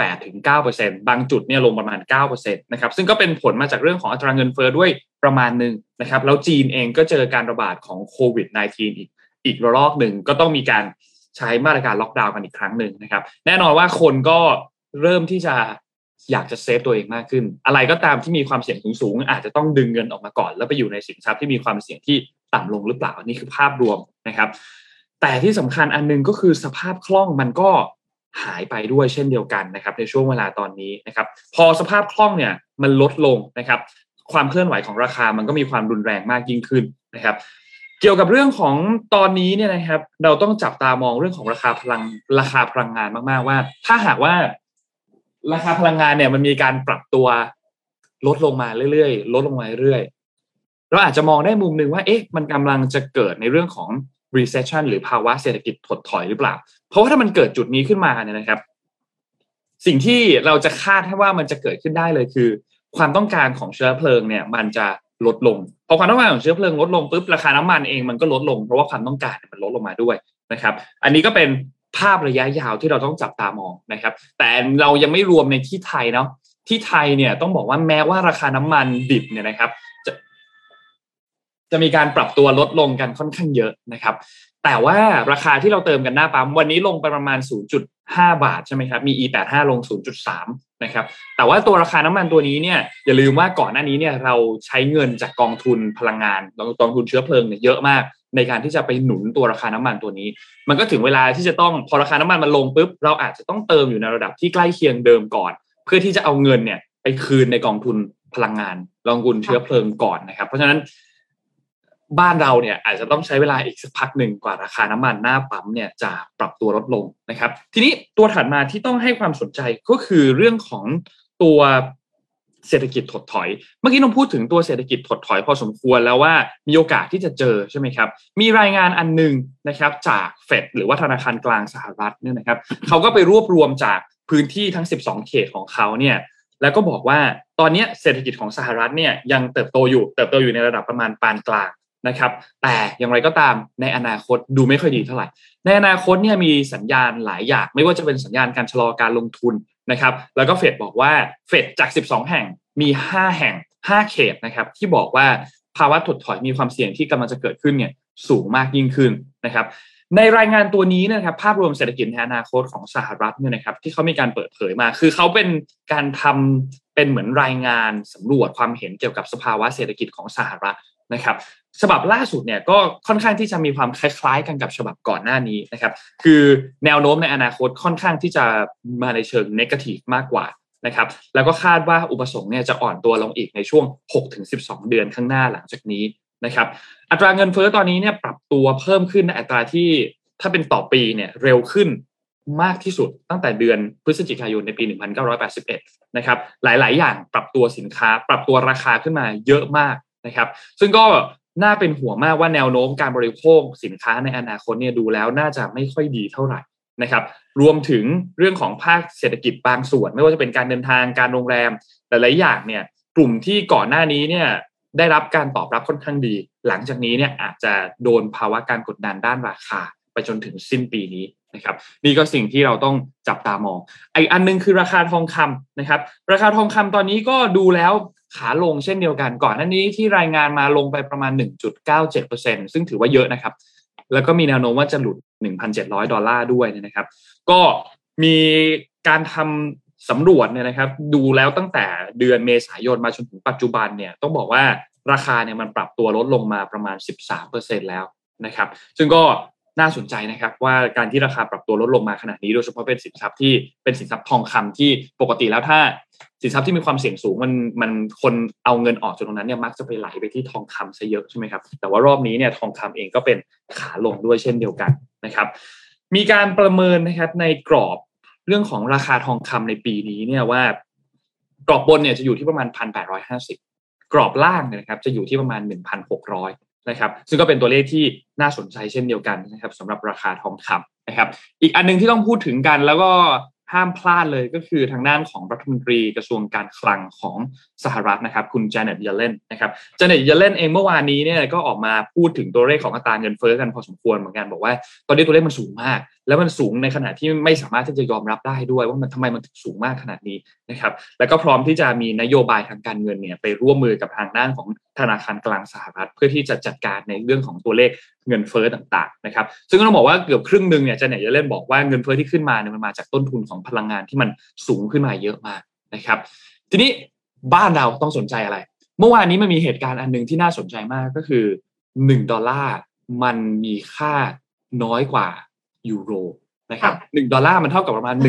8-9% บางจุดเนี่ยลงประมาณ 9% นะครับซึ่งก็เป็นผลมาจากเรื่องของอัตราเงินเฟ้อด้วยประมาณนึงนะครับแล้วจีนเองก็เจอการระบาดของโควิด -19 อีกระลอกหนึ่งก็ต้องมีการใช้มาตรการล็อกดาวน์กันอีกครั้งหนึ่งนะครับแน่นอนว่าคนก็เริ่มที่จะอยากจะเซฟตัวเองมากขึ้นอะไรก็ตามที่มีความเสี่ยงสูงๆอาจจะต้องดึงเงินออกมาก่อนแล้วไปอยู่ในสินทรัพย์ที่มีความเสี่ยงที่ต่ำลงหรือเปล่านี่คือภาพรวมนะครับแต่ที่สำคัญอันนึงก็คือสภาพคล่องมันก็หายไปด้วยเช่นเดียวกันนะครับในช่วงเวลาตอนนี้นะครับพอสภาพคล่องเนี่ยมันลดลงนะครับความเคลื่อนไหวของราคามันก็มีความรุนแรงมากยิ่งขึ้นนะครับเกี่ยวกับเรื่องของตอนนี้เนี่ยนะครับเราต้องจับตามองเรื่องของราคาพลังงานมากๆว่าถ้าหากว่าราคาพลังงานเนี่ยมันมีการปรับตัวลดลงมาเรื่อยๆลดลงมาเรื่อยๆเราอาจจะมองได้มุมนึงว่าเอ๊ะมันกำลังจะเกิดในเรื่องของ recession หรือภาวะเศรษฐกิจถดถอยหรือเปล่าเพราะว่าถ้ามันเกิดจุดนี้ขึ้นมาเนี่ยนะครับสิ่งที่เราจะคาดว่ามันจะเกิดขึ้นได้เลยคือความต้องการของเชื้อเพลิงเนี่ยมันจะลดลงพอความต้องการของเชื้อเพลิงลดลงปุ๊บราคาน้ำมันเองมันก็ลดลงเพราะว่าความต้องการมันลดลงมาด้วยนะครับอันนี้ก็เป็นภาพระยะยาวที่เราต้องจับตามองนะครับแต่เรายังไม่รวมในที่ไทยเนาะที่ไทยเนี่ยต้องบอกว่าแม้ว่าราคาน้ำมันดิบเนี่ยนะครับจะมีการปรับตัวลดลงกันค่อนข้างเยอะนะครับแต่ว่าราคาที่เราเติมกันหน้าปั๊มวันนี้ลงไปประมาณ 0.5 บาทใช่ไหมครับมี E85 ลง 0.3 นะครับแต่ว่าตัวราคาน้ำมันตัวนี้เนี่ยอย่าลืมว่าก่อนหน้านี้เนี่ยเราใช้เงินจากกองทุนพลังงานกองทุนเชื้อเพลิงเนี่ยเยอะมากในการที่จะไปหนุนตัวราคาน้ำมันตัวนี้มันก็ถึงเวลาที่จะต้องพอราคาน้ำมันมันลงปุ๊บเราอาจจะต้องเติมอยู่ในระดับที่ใกล้เคียงเดิมก่อนเพื่อที่จะเอาเงินเนี่ยไปคืนในกองทุนพลังงานกองทุนเชื้อเพลิงก่อนนะครับเพราะฉะนั้นบ้านเราเนี่ยอาจจะต้องใช้เวลาอีกสักพักหนึ่งกว่าราคาน้ำมันหน้าปั๊มเนี่ยจะปรับตัวลดลงนะครับทีนี้ตัวถัดมาที่ต้องให้ความสนใจก็คือเรื่องของตัวเศรษฐกิจถดถอยเมื่อกี้เราพูดถึงตัวเศรษฐกิจถดถอยพอสมควรแล้วว่ามีโอกาสที่จะเจอใช่ไหมครับมีรายงานอันนึงนะครับจากเฟดหรือว่าธนาคารกลางสหรัฐเนี่ยนะครับเขาก็ไปรวบรวมจากพื้นที่ทั้ง12เขตของเขาเนี่ยแล้วก็บอกว่าตอนนี้เศรษฐกิจของสหรัฐเนี่ยยังเติบโตอยู่ในระดับประมาณปานกลางนะครับแต่อย่างไรก็ตามในอนาคตดูไม่ค่อยดีเท่าไหร่ในอนาคตเนี่ยมีสัญญาณหลายอย่างไม่ว่าจะเป็นสัญญาณการชะลอการลงทุนนะครับแล้วก็เฟดบอกว่าเฟดจาก12แห่งมี5แห่ง5เขตนะครับที่บอกว่าภาวะถดถอยมีความเสี่ยงที่กำลังจะเกิดขึ้นเนี่ยสูงมากยิ่งขึ้นนะครับในรายงานตัวนี้นะครับภาพรวมเศรษฐกิจในอนาคตของสหรัฐเนี่ยนะครับที่เขามีการเปิดเผยมาคือเขาเป็นการทำเป็นเหมือนรายงานสำรวจความเห็นเกี่ยวกับสภาวะเศรษฐกิจของสหรัฐนะครับฉบับล่าสุดเนี่ยก็ค่อนข้างที่จะมีความคล้ายๆกันกับฉบับก่อนหน้านี้นะครับคือแนวโน้มในอนาคตค่อนข้างที่จะมาในเชิงเนกาทีฟมากกว่านะครับแล้วก็คาดว่าอุปสงค์เนี่ยจะอ่อนตัวลงอีกในช่วง 6-12 เดือนข้างหน้าหลังจากนี้นะครับอัตราเงินเฟ้อตอนนี้เนี่ยปรับตัวเพิ่มขึ้นในอัตราที่ถ้าเป็นต่อปีเนี่ยเร็วขึ้นมากที่สุดตั้งแต่เดือนพฤศจิกายนในปี 1981 นะครับหลายๆอย่างปรับตัวสินค้าปรับตัวราคาขึ้นมาเยอะมากนะครับซึ่งก็น่าเป็นห่วงมากว่าแนวโน้มการบริโภคสินค้าในอนาคตเนี่ยดูแล้วน่าจะไม่ค่อยดีเท่าไหร่นะครับรวมถึงเรื่องของภาคเศรษฐกิจบางส่วนไม่ว่าจะเป็นการเดินทางการโรงแรมหลายๆอย่างเนี่ยกลุ่มที่ก่อนหน้านี้เนี่ยได้รับการตอบรับค่อนข้างดีหลังจากนี้เนี่ยอาจจะโดนภาวะการกดดันด้านราคาไปจนถึงสิ้นปีนี้นะครับนี่ก็สิ่งที่เราต้องจับตามองอีกอันนึงคือราคาทองคำนะครับราคาทองคำตอนนี้ก็ดูแล้วขาลงเช่นเดียวกันก่อนหน้านี้ที่รายงานมาลงไปประมาณ 1.97% ซึ่งถือว่าเยอะนะครับแล้วก็มีแนวโน้มว่าจะหลุด $1,700 ด้วยนะครับก็มีการทำสำรวจเนี่ยนะครับดูแล้วตั้งแต่เดือนเมษายนมาจนถึงปัจจุบันเนี่ยต้องบอกว่าราคาเนี่ยมันปรับตัวลดลงมาประมาณ 13% แล้วนะครับซึ่งก็น่าสนใจนะครับว่าการที่ราคาปรับตัวลดลงมาขนาดนี้โดยเฉพาะเป็นสินทรัพย์ที่เป็นสินทรัพย์ทองคำที่ปกติแล้วถ้าสินทรัพย์ที่มีความเสี่ยงสูงมันคนเอาเงินออกจากตรงนั้นเนี่ยมักจะไปไหลไปที่ทองคำซะเยอะใช่ไหมครับแต่ว่ารอบนี้เนี่ยทองคำเองก็เป็นขาลงด้วยเช่นเดียวกันนะครับมีการประเมินนะครับในกรอบเรื่องของราคาทองคำในปีนี้เนี่ยว่ากรอบบนเนี่ยจะอยู่ที่ประมาณ 1,850 กรอบล่างเนี่ยนะครับจะอยู่ที่ประมาณ 1,600นะครับซึ่งก็เป็นตัวเลขที่น่าสนใจเช่นเดียวกันนะครับสำหรับราคาทองคำนะครับอีกอันนึงที่ต้องพูดถึงกันแล้วก็ห้ามพลาดเลยก็คือทางด้านของรัฐมนตรีกระทรวงการคลังของสหรัฐนะครับคุณแจเน็ต เยเลนนะครับแจเน็ต เยเลนเองเมื่อวานนี้เนี่ยก็ออกมาพูดถึงตัวเลขของอัตราเงินเฟ้อกันพอสมควรเหมือนกันบอกว่าตอนนี้ตัวเลขมันสูงมากแล้วมันสูงในขณะที่ไม่สามารถที่จะยอมรับได้ด้วยว่ามันทำไมมันถึงสูงมากขนาดนี้นะครับแล้วก็พร้อมที่จะมีนโยบายทางการเงินเนี่ยไปร่วมมือกับทางด้านของธนาคารกลางสหรัฐเพื่อที่จะจัดการในเรื่องของตัวเลขเงินเฟ้อต่างๆนะครับซึ่งก็ต้องบอกว่าเกือบครึ่งนึงเนี่ยแจเน็ต เยเลนบอกว่าเงินเฟ้อที่ขึ้นมาเนี่ยมันมาจากต้นทุนของพลังงานที่มันสูงขึ้นมาเยอะมากนะครับทีนี้บ้านเราต้องสนใจอะไรเมื่อวานนี้มันมีเหตุการณ์อันนึงที่น่าสนใจมากก็คือ$1มันมีค่าน้อยกว่ายูโรนะครับ$1มันเท่ากับประมาณ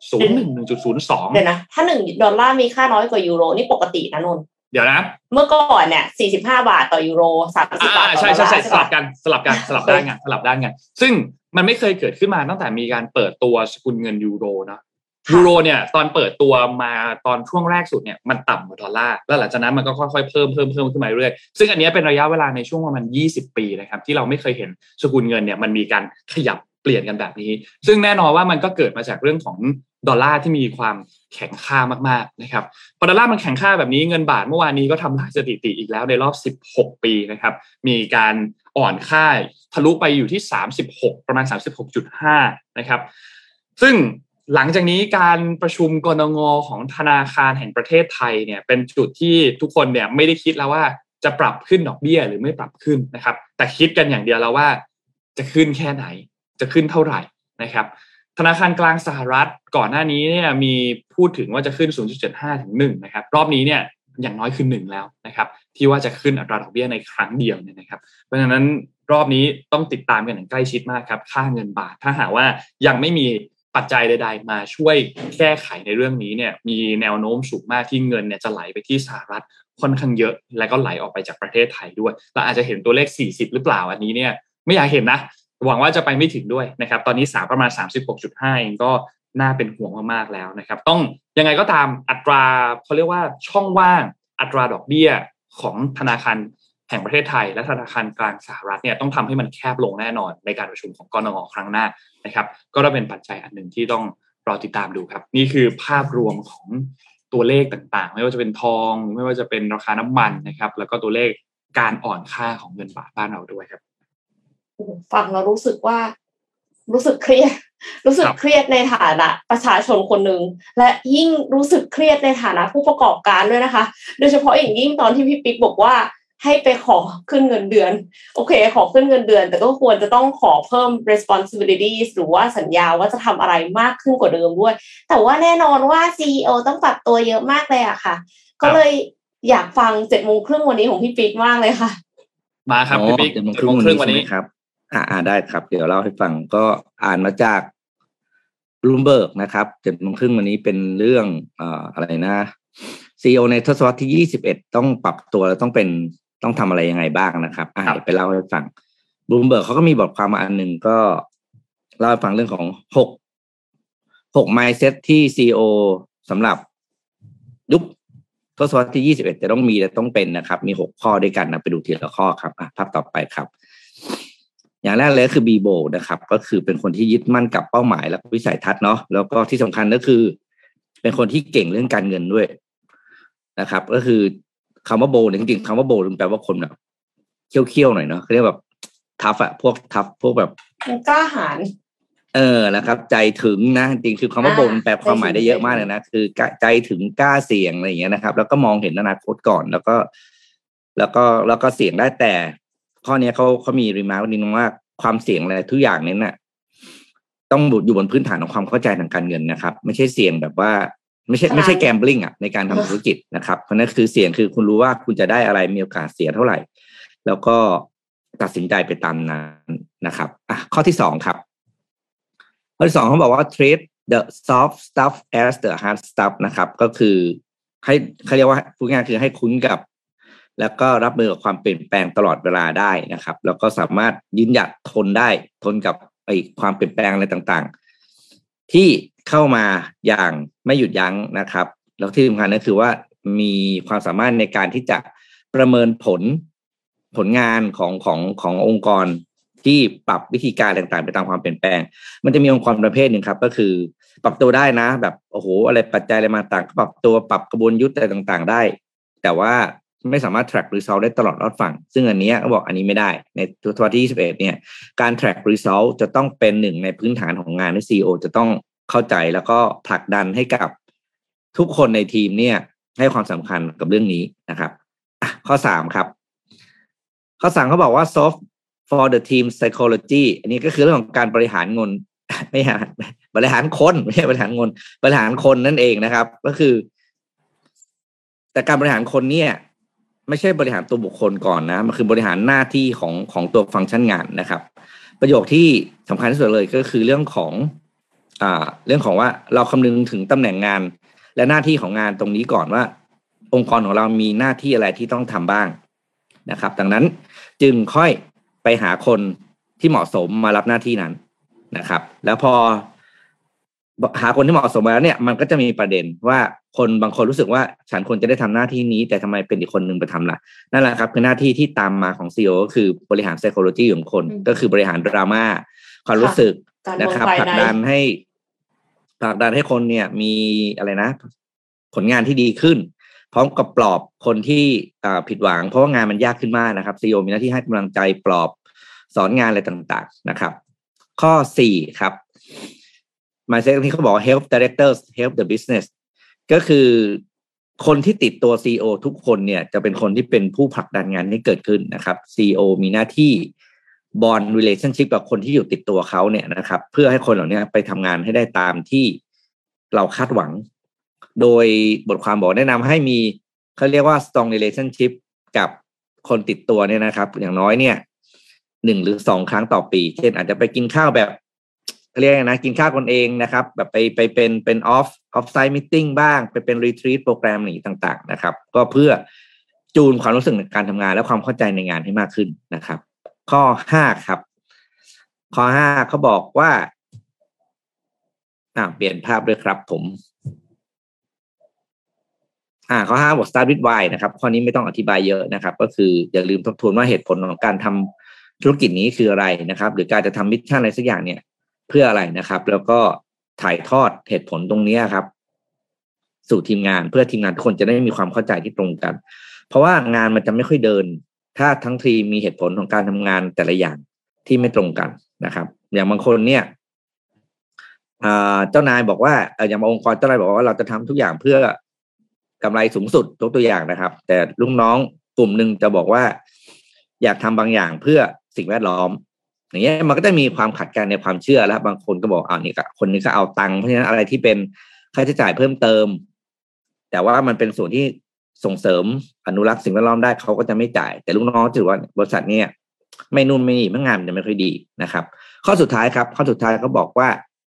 1.01 1.02 เดี๋ยวนะถ้า$1มีค่าน้อยกว่ายูโรนี่ปกตินะนนท์เดี๋ยวนะเมื่อก่อนเนี่ย45 บาทต่อยูโร30 บาทต่อดอลลาร์ใช่สลับด้านไงซึ่งมันไม่เคยเกิดขึ้นมาตั้งแต่มีการเปิดตัวสกุลเงินยูโรเนาะยูโรเนี่ยตอนเปิดตัวมาตอนช่วงแรกสุดเนี่ยมันต่ำกว่าดอลลาร์แล้วหลังจากนั้นมันก็ค่อยๆเพิ่มขึ้นมาเรื่อยซึ่งอันนี้เป็นระยะเวลาในช่วงประมาณ20 ปีนะครับที่เราไม่เคยเห็นสกุลเงินเนี่ยมันมีการขยับเปลี่ยนกันแบบนี้ซึ่งแน่นอนว่ามันก็เกิดมาจากเรื่องของดอลลาร์ที่มีความแข็งค่ามากๆนะครับพอดอลลาร์มันแข็งค่าแบบนี้เงินบาทเมื่อวานนี้ก็ทำลายสถิติอีกแล้วในรอบ16 ปีนะครับมีการอ่อนค่าทะลุไปอยู่ที่36ประมาณ 36.5 นะครับซึ่งหลังจากนี้การประชุมกนง.ของธนาคารแห่งประเทศไทยเนี่ยเป็นจุดที่ทุกคนเนี่ยไม่ได้คิดแล้วว่าจะปรับขึ้นดอกเบี้ยหรือไม่ปรับขึ้นนะครับแต่คิดกันอย่างเดียวแล้วว่าจะขึ้นแค่ไหนจะขึ้นเท่าไหร่นะครับธนาคารกลางสหรัฐก่อนหน้านี้เนี่ยมีพูดถึงว่าจะขึ้น 0.75 ถึง 1 นะครับรอบนี้เนี่ยอย่างน้อยคือ1แล้วนะครับที่ว่าจะขึ้นอัตราดอกเบี้ยในครั้งเดียวเนี่ยนะครับเพราะฉะนั้นรอบนี้ต้องติดตามกันอย่างใกล้ชิดมากครับค่าเงินบาทถ้าหากว่ายังไม่มีปัจจัยใดๆมาช่วยแก้ไขในเรื่องนี้เนี่ยมีแนวโน้มสูงมากที่เงินเนี่ยจะไหลไปที่สหรัฐค่อนข้างเยอะและก็ไหลออกไปจากประเทศไทยด้วยเราอาจจะเห็นตัวเลข40หรือเปล่าอันนี้เนี่ยไม่อยากเห็นนะหวังว่าจะไปไม่ถึงด้วยนะครับตอนนี้ประมาณ 36.5 เองก็น่าเป็นห่วงมากๆแล้วนะครับต้องยังไงก็ตามอัตราเขาเรียกว่าช่องว่างอัตราดอกเบี้ยของธนาคารแห่งประเทศไทยและธนาคารกลางสหรัฐเนี่ยต้องทำให้มันแคบลงแน่นอนในการประชุมของกนง.ครั้งหน้านะครับก็ได้เป็นปัจจัยอันหนึ่งที่ต้องรอติดตามดูครับนี่คือภาพรวมของตัวเลขต่างๆไม่ว่าจะเป็นทองไม่ว่าจะเป็นราคาน้ำมันนะครับแล้วก็ตัวเลขการอ่อนค่าของเงินบาทบ้านเราด้วยครับฟังแล้วรู้สึกเครียดในฐานะประชาชนคนหนึ่งและยิ่งรู้สึกเครียดในฐานะผู้ประกอบการด้วยนะคะโดยเฉพาะอย่างยิ่งตอนที่พี่ปิ๊กบอกว่าให้ไปขอขึ้นเงินเดือนโอเคขอขึ้นเงินเดือนแต่ก็ควรจะต้องขอเพิ่ม responsibilities หรือว่าสัญญาว่าจะทำอะไรมากขึ้นกว่าเดิมด้วยแต่ว่าแน่นอนว่า CEO ต้องปรับตัวเยอะมากเลยอะค่ะก็เลยอยากฟัง 7:30 วันนี้ของพี่ปิ๊กมากเลยค่ะมาครับพี่ปิ๊ก 7:30 วันนี้ครับได้ครับเดี๋ยวเล่าให้ฟังก็อ่านมาจาก Bloomberg นะครับ 7:30 วันนี้เป็นเรื่องอะไรนะ CEO ในทศวรรษที่21ต้องปรับตัวแล้วต้องทำอะไรยังไงบ้างนะครับเดี๋ยวไปเล่าให้ฟัง Bloomberg เขาก็มีบทความมาอันนึงก็เล่าให้ฟังเรื่องของ6 mindset ที่ CEO สำหรับยุคโททศวรรษที่21จะต้องมีและต้องเป็นนะครับมี6ข้อด้วยกันนะไปดูทีละข้อครับภาพต่อไปครับอย่างแรกเลยก็คือ be bold นะครับก็คือเป็นคนที่ยึดมั่นกับเป้าหมายและวิสัยทัศน์เนาะแล้วก็ที่สำคัญก็คือเป็นคนที่เก่งเรื่องการเงินด้วยนะครับก็คือคำว่า bold จริงๆคำว่า bold แปลว่าคนแบบเขี้ยวๆหน่อยเนาะเขาเรียกแบบทัฟอะพวกทัฟพวกแบบกล้าหาญนะครับใจถึงนะจริงคือคำว่า bold แปลความหมายได้เยอะมากเลยนะคือใจถึงกล้าเสี่ยงอะไรอย่างเงี้ยนะครับแล้วก็มองเห็นอนาคตก่อนแล้วก็เสี่ยงได้แต่ข้อนี้เขามีรีมาร์คนิดนึงว่าความเสี่ยงอะไรทุกอย่างนั้นน่ะต้องอยู่บนพื้นฐานของความเข้าใจทางการเงินนะครับไม่ใช่เสี่ยงแบบว่าไม่ใช่แกมบลิงอ่ะในการทำธุรกิจนะครับเพราะนั่นคือเสี่ยงคือคุณรู้ว่าคุณจะได้อะไรมีโอกาสเสียเท่าไหร่แล้วก็ตัดสินใจไปตามนั้นนะครับข้อที่2ครับข้อที่2เขาบอกว่า treat the soft stuff as the hard stuff นะครับก็คือให้เขาเรียกว่าพูดง่ายๆคือให้คุ้นกับแล้วก็รับมือกับความเปลี่ยนแปลงตลอดเวลาได้นะครับแล้วก็สามารถยืนหยัดทนกับความเปลี่ยนแปลงอะไรต่างๆที่เข้ามาอย่างไม่หยุดยั้งนะครับแล้วที่สำคัญก็คือว่ามีความสามารถในการที่จะประเมินผลงานขององค์กรที่ปรับวิธีการต่างๆไปตามความเปลี่ยนแปลงมันจะมีองค์กรประเภทหนึ่งครับก็คือปรับตัวได้นะแบบโอ้โหอะไรปัจจัยอะไรมาต่างปรับตัวปรับกระบวนยุทธ์อะไรต่างๆได้แต่ว่าไม่สามารถ track result ได้ตลอดรอดฝั่งซึ่งอันนี้ก็บอกอันนี้ไม่ได้ในทศวรรษที่21เนี่ยการ track result จะต้องเป็นหนึ่งในพื้นฐานของงานที่ CEO จะต้องเข้าใจแล้วก็ผลักดันให้กับทุกคนในทีมเนี่ยให้ความสำคัญกับเรื่องนี้นะครับข้อ3ครับข้อ3เขาบอกว่า soft for the team psychology อันนี้ก็คือเรื่องของการบริหารเงินไม่ใช่บริหารคนไม่ใช่บริหารเงินบริหารคนนั่นเองนะครับก็คือแต่การบริหารคนเนี่ยไม่ใช่บริหารตัวบุคคลก่อนนะมันคือบริหารหน้าที่ของตัวฟังก์ชันงานนะครับประโยคที่สำคัญที่สุดเลยก็คือเรื่องของว่าเราคำนึงถึงตำแหน่งงานและหน้าที่ของงานตรงนี้ก่อนว่าองค์กรของเรามีหน้าที่อะไรที่ต้องทำบ้างนะครับดังนั้นจึงค่อยไปหาคนที่เหมาะสมมารับหน้าที่นั้นนะครับแล้วพอหาคนที่เหมาะสมแล้วเนี่ยมันก็จะมีประเด็นว่าคนบางคนรู้สึกว่าฉันควรจะได้ทำหน้าที่นี้แต่ทำไมเป็นอีกคนนึงไปทำล่ะนั่นแหละครับคือหน้าที่ที่ตามมาของ CEO ก็คือบริหาร psychology ของคนก็คือบริหารดราม่าความรู้สึกนะครับผลักดันให้คนเนี่ยมีอะไรนะผลงานที่ดีขึ้นพร้อมกับปลอบคนที่ผิดหวังเพราะว่างานมันยากขึ้นมากนะครับ CEO มีหน้าที่ให้กำลังใจปลอบสอนงานอะไรต่างๆนะครับข้อ4ครับmindset ที่เขาบอก help directors help the business ก็คือคนที่ติดตัว CEO ทุกคนเนี่ยจะเป็นคนที่เป็นผู้ผลักดันงานให้เกิดขึ้นนะครับ CEO มีหน้าที่ bond relationship กับคนที่อยู่ติดตัวเขาเนี่ยนะครับเพื่อให้คนเหล่านี้ไปทำงานให้ได้ตามที่เราคาดหวังโดยบทความบอกแนะนำให้มีเขาเรียกว่า strong relationship กับคนติดตัวเนี่ยนะครับอย่างน้อยเนี่ย1 หรือ 2 ครั้งต่อปีเช่นอาจจะไปกินข้าวแบบเรียกนะกินข้าวคนเองนะครับแบบไปเป็นออฟไซต์มีตติ้งบ้างไปเป็นรีทรีตโปรแกรมนี้ต่างๆนะครับก็เพื่อจูนความรู้สึกในการทำงานและความเข้าใจในงานให้มากขึ้นนะครับข้อ5ครับข้อ5เขาบอกว่าเปลี่ยนภาพด้วยครับผมข้อ5บอก start with why นะครับข้อนี้ไม่ต้องอธิบายเยอะนะครับก็คืออย่าลืมทบทวนว่าเหตุผลของการทำธุรกิจนี้คืออะไรนะครับหรือการจะทำมิชชั่นอะไรสักอย่างเนี่ยเพื่ออะไรนะครับแล้วก็ถ่ายทอดเหตุผลตรงนี้ครับสู่ทีมงานเพื่อทีมงานทุกคนจะได้มีความเข้าใจที่ตรงกันเพราะว่างานมันจะไม่ค่อยเดินถ้าทั้งทีมมีเหตุผลของการทำงานแต่ละอย่างที่ไม่ตรงกันนะครับอย่างบางคนเนี่ยเจ้านายบอกว่าอย่างองค์กรเจ้านายบอกว่าเราจะทำทุกอย่างเพื่อกำไรสูงสุดตัวอย่างนะครับแต่ลูกน้องกลุ่มนึงจะบอกว่าอยากทำบางอย่างเพื่อสิ่งแวดล้อมอย่างเงี้ยมันก็จะมีความขัดกันในความเชื่อแล้วบางคนก็บอกนี่ก็คนนี้ก็เอาตังค์เพราะฉะนั้นอะไรที่เป็นค่าใช้จ่ายเพิ่มเติมแต่ว่ามันเป็นส่วนที่ส่งเสริมอนุรักษ์สิ่งแวดล้อมได้เขาก็จะไม่จ่ายแต่ลูกน้องถือว่าบริษัทเนี่ยไม่นู่นไม่นี่งานมันจะไม่ค่อยดีนะครับข้อสุดท้ายครับข้อสุดท้ายเขาบอกว่า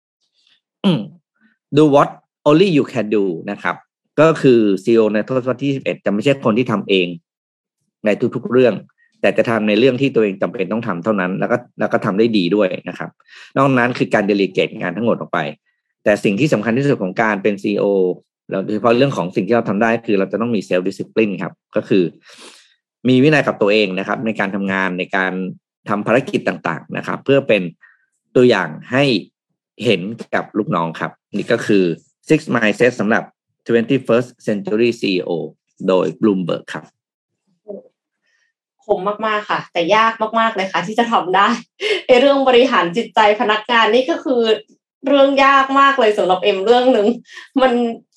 do what only you can do นะครับก็คือ CEO ในทศวรรษที่21จะไม่ใช่คนที่ทำเองในทุกๆเรื่องแต่จะทำในเรื่องที่ตัวเองจำเป็นต้องทำเท่านั้นแล้วก็ทำได้ดีด้วยนะครับนอกนั้นคือการเดลิเกตงานทั้งหมดออกไปแต่สิ่งที่สำคัญที่สุดของการเป็น CEO แล้วโดยเฉพาะเรื่องของสิ่งที่เราทำได้คือเราจะต้องมีเซลฟ์ดิสซิปลินครับก็คือมีวินัยกับตัวเองนะครับในการทำงานในการทำภารกิจต่างๆนะครับเพื่อเป็นตัวอย่างให้เห็นกับลูกน้องครับนี่ก็คือ Six Mindset สำหรับ 21st Century CEO โดย Bloomberg ครับคมมากๆค่ะแต่ยากมากๆเลยค่ะที่จะทำได้ในเรื่องบริหารจิตใจพนักงานนี่ก็คือเรื่องยากมากเลยสำหรับเอ็มเรื่องนึงมัน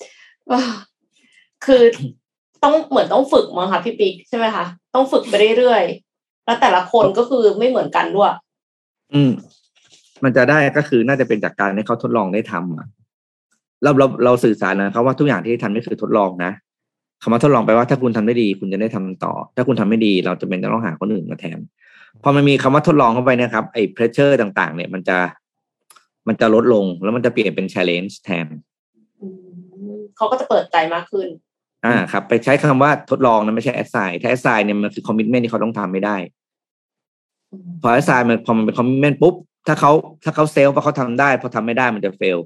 คือต้องฝึกมั้งค่ะพี่ปิ๊กใช่ไหมคะต้องฝึกไปเรื่อยๆแล้วแต่ละคนก็คือไม่เหมือนกันด้วยมันจะได้ก็คือน่าจะเป็นจากการให้เขาทดลองได้ทำเราสื่อสารนะครับว่าทุกอย่างที่ทำนี่คือทดลองนะคำว่าทดลองไปว่าถ้าคุณทำได้ดีคุณจะได้ทำต่อถ้าคุณทำไม่ดีเราจะเป็นต้องหาคนอื่นมาแทนพอมันมีคำว่าทดลองเข้าไปนะครับไอ้ pressure ต่างๆเนี่ยมันจะลดลงแล้วมันจะเปลี่ยนเป็น challenge แทนเขาก็จะเปิดใจมากขึ้นครับไปใช้คำว่าทดลองนะไม่ใช่ assign ถ้า assign เนี่ยมันคือ commitment ที่เขาต้องทำไม่ได้พอ assign พอมันเป็น commitment ปุ๊บถ้าเขาเซลฟ์ว่าเขาทำได้พอทำไม่ได้มันจะ fail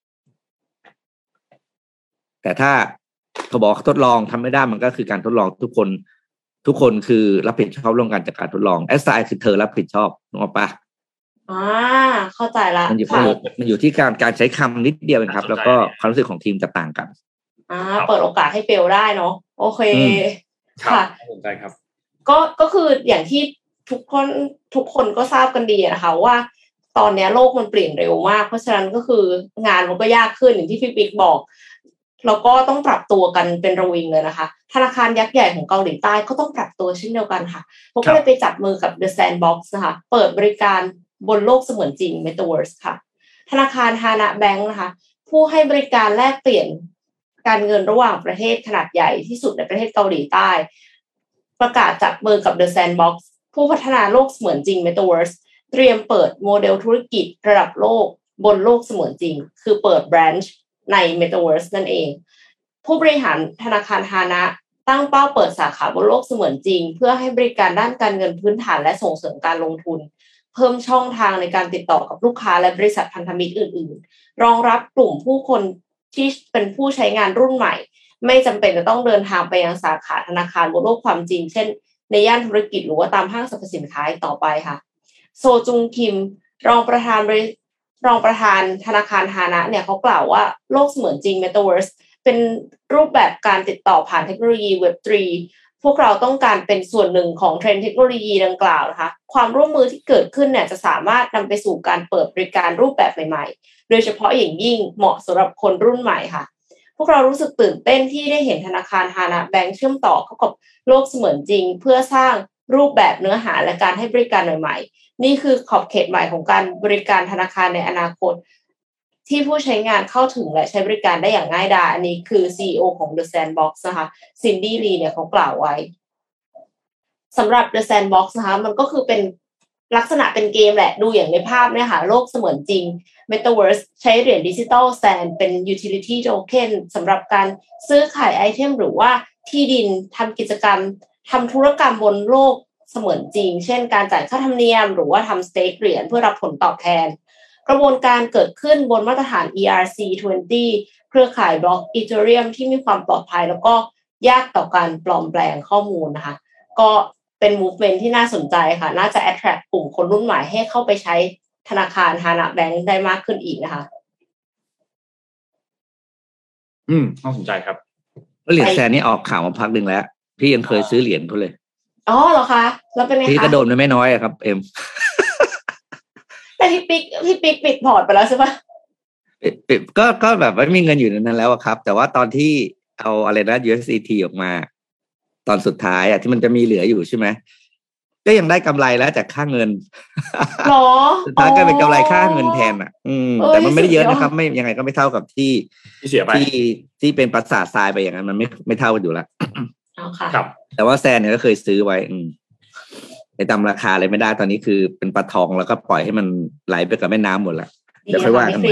แต่ถ้าเขาบอกทดลองทำไม่ได้มันก็คือการทดลองทุกคนคือรับผิดชอบร่วมกันจากการทดลอง assign คือเธอรับผิดชอบนึกออกปะเข้าใจละมันอยู่ที่การใช้คำนิดเดียวเองครับแล้วก็ความรู้สึกของทีมจะต่างกันเปิดโอกาสให้เฟลได้เนาะโอเคค่ะสนใจครับก็คืออย่างที่ทุกคนก็ทราบกันดีนะคะว่าตอนนี้โลกมันเปลี่ยนเร็วมากเพราะฉะนั้นก็คืองานมันก็ยากขึ้นอย่างที่พี่ปิ๊กบอกแล้วก็ต้องปรับตัวกันเป็นระวิงเลยนะคะธนาคารยักษ์ใหญ่ของเกาหลีใต้ก็ต้องปรับตัวเช่นเดียวกันค่ะพวกก็เลยไปจับมือกับ The Sandbox นะคะเปิดบริการบนโลกเสมือนจริง Metaverse ค่ะธนาคารฮานะแบงค์นะคะผู้ให้บริการแลกเปลี่ยนการเงินระหว่างประเทศขนาดใหญ่ที่สุดในประเทศเกาหลีใต้ประกาศจับมือกับ The Sandbox ผู้พัฒนาโลกเสมือนจริง Metaverse เตรียมเปิดโมเดลธุรกิจระดับโลกบนโลกเสมือนจริงคือเปิดแบรนช์ใน Metaverse นั่นเองผู้บริหารธนาคารฮานะตั้งเป้าเปิดสาขาบนโลกเสมือนจริงเพื่อให้บริการด้านการเงินพื้นฐานและส่งเสริมการลงทุนเพิ่มช่องทางในการติดต่อกับลูกค้าและบริษัทพันธมิตรอื่นๆรองรับกลุ่มผู้คนที่เป็นผู้ใช้งานรุ่นใหม่ไม่จำเป็นจะต้องเดินทางไปยังสาขาธนาคารบนโลกความจริงเช่นในย่านธุรกิจหรือว่าตามห้างสรรพสินค้าต่อไปค่ะโซจุงคิมรองประธานธนาคารฮานะเนี่ยเขากล่าวว่าโลกเสมือนจริง Metaverse เป็นรูปแบบการติดต่อผ่านเทคโนโลยี Web3 พวกเราต้องการเป็นส่วนหนึ่งของเทรนด์เทคโนโลยีดังกล่าวนะคะความร่วมมือที่เกิดขึ้นเนี่ยจะสามารถนำไปสู่การเปิดบริการรูปแบบใหม่ๆโดยเฉพาะอย่างยิ่งเหมาะสำหรับคนรุ่นใหม่ค่ะพวกเรารู้สึกตื่นเต้นที่ได้เห็นธนาคารฮานะแบงค์เชื่อมต่อเข้ากับโลกเสมือนจริงเพื่อสร้างรูปแบบเนื้อหาและการให้บริการใหม่ๆนี่คือขอบเขตใหม่ของการบริการธนาคารในอนาคตที่ผู้ใช้งานเข้าถึงและใช้บริการได้อย่างง่ายดายอันนี้คือ CEO ของ The Sandbox นะคะซินดี้ลีเนี่ยเขากล่าวไว้สำหรับ The Sandbox นะคะมันก็คือเป็นลักษณะเป็นเกมแหละดูอย่างในภาพเนี่ยค่ะโลกเสมือนจริง Metaverse ใช้เหรียญดิจิตอลแซนเป็น Utility Token สำหรับการซื้อขายไอเทมหรือว่าที่ดินทำกิจกรรมทำธุรกรรมบนโลกเสมือนจริงเช่นการจ่ายค่าธรรมเนียมหรือว่าทำสเต็กเหรียญเพื่อรับผลตอบแทนกระบวนการเกิดขึ้นบนมาตรฐาน ERC-20 เครือข่ายบล็อก Ethereum ที่มีความปลอดภัยแล้วก็ยากต่อการปลอมแปลงข้อมูลนะคะก็เป็น movement ที่น่าสนใจค่ะน่าจะ attract กลุ่มคนรุ่นใหม่ให้เข้าไปใช้ธนาคารฮานะแบงค์ได้มากขึ้นอีกนะคะน่าสนใจครับเหรียญแซนนี่ออกข่าวมาพักนึงแล้วพี่ยังเคยซื้อเหรียญเขาเลยอ๋อเหรอคะแล้วเป็นไงคะพี่ก็โดนไปไม่น้อยอะครับเอ็มแต่พี่ปิ๊กปิดพอร์ตไปแล้วใช่ปะก็แบบไม่มีเงินอยู่ในนั้นแล้วครับแต่ว่าตอนที่เอาอะไรนะ USDT ออกมาตอนสุดท้ายอ่ะที่มันจะมีเหลืออยู่ใช่ไหมก็ยังได้กำไรแล้วจากค่าเงินหรอสุดท้ายก็เป็นกำไรค่าเงินแทนอ่ะแต่มันไม่ได้เยอะนะครับไม่ยังไงก็ไม่เท่ากับที่เสียไปที่เป็นปราสาททรายไปอย่างนั้นมันไม่เท่ากันอยู่ละครับแต่ว่าแซนเนี่ยก็เคยซื้อไว้ไปตามราคาอะไรไม่ได้ตอนนี้คือเป็นปลาทองแล้วก็ปล่อยให้มันไหลไปกับแม่น้ำหมดละเดี๋ยวค่อยว่ากัน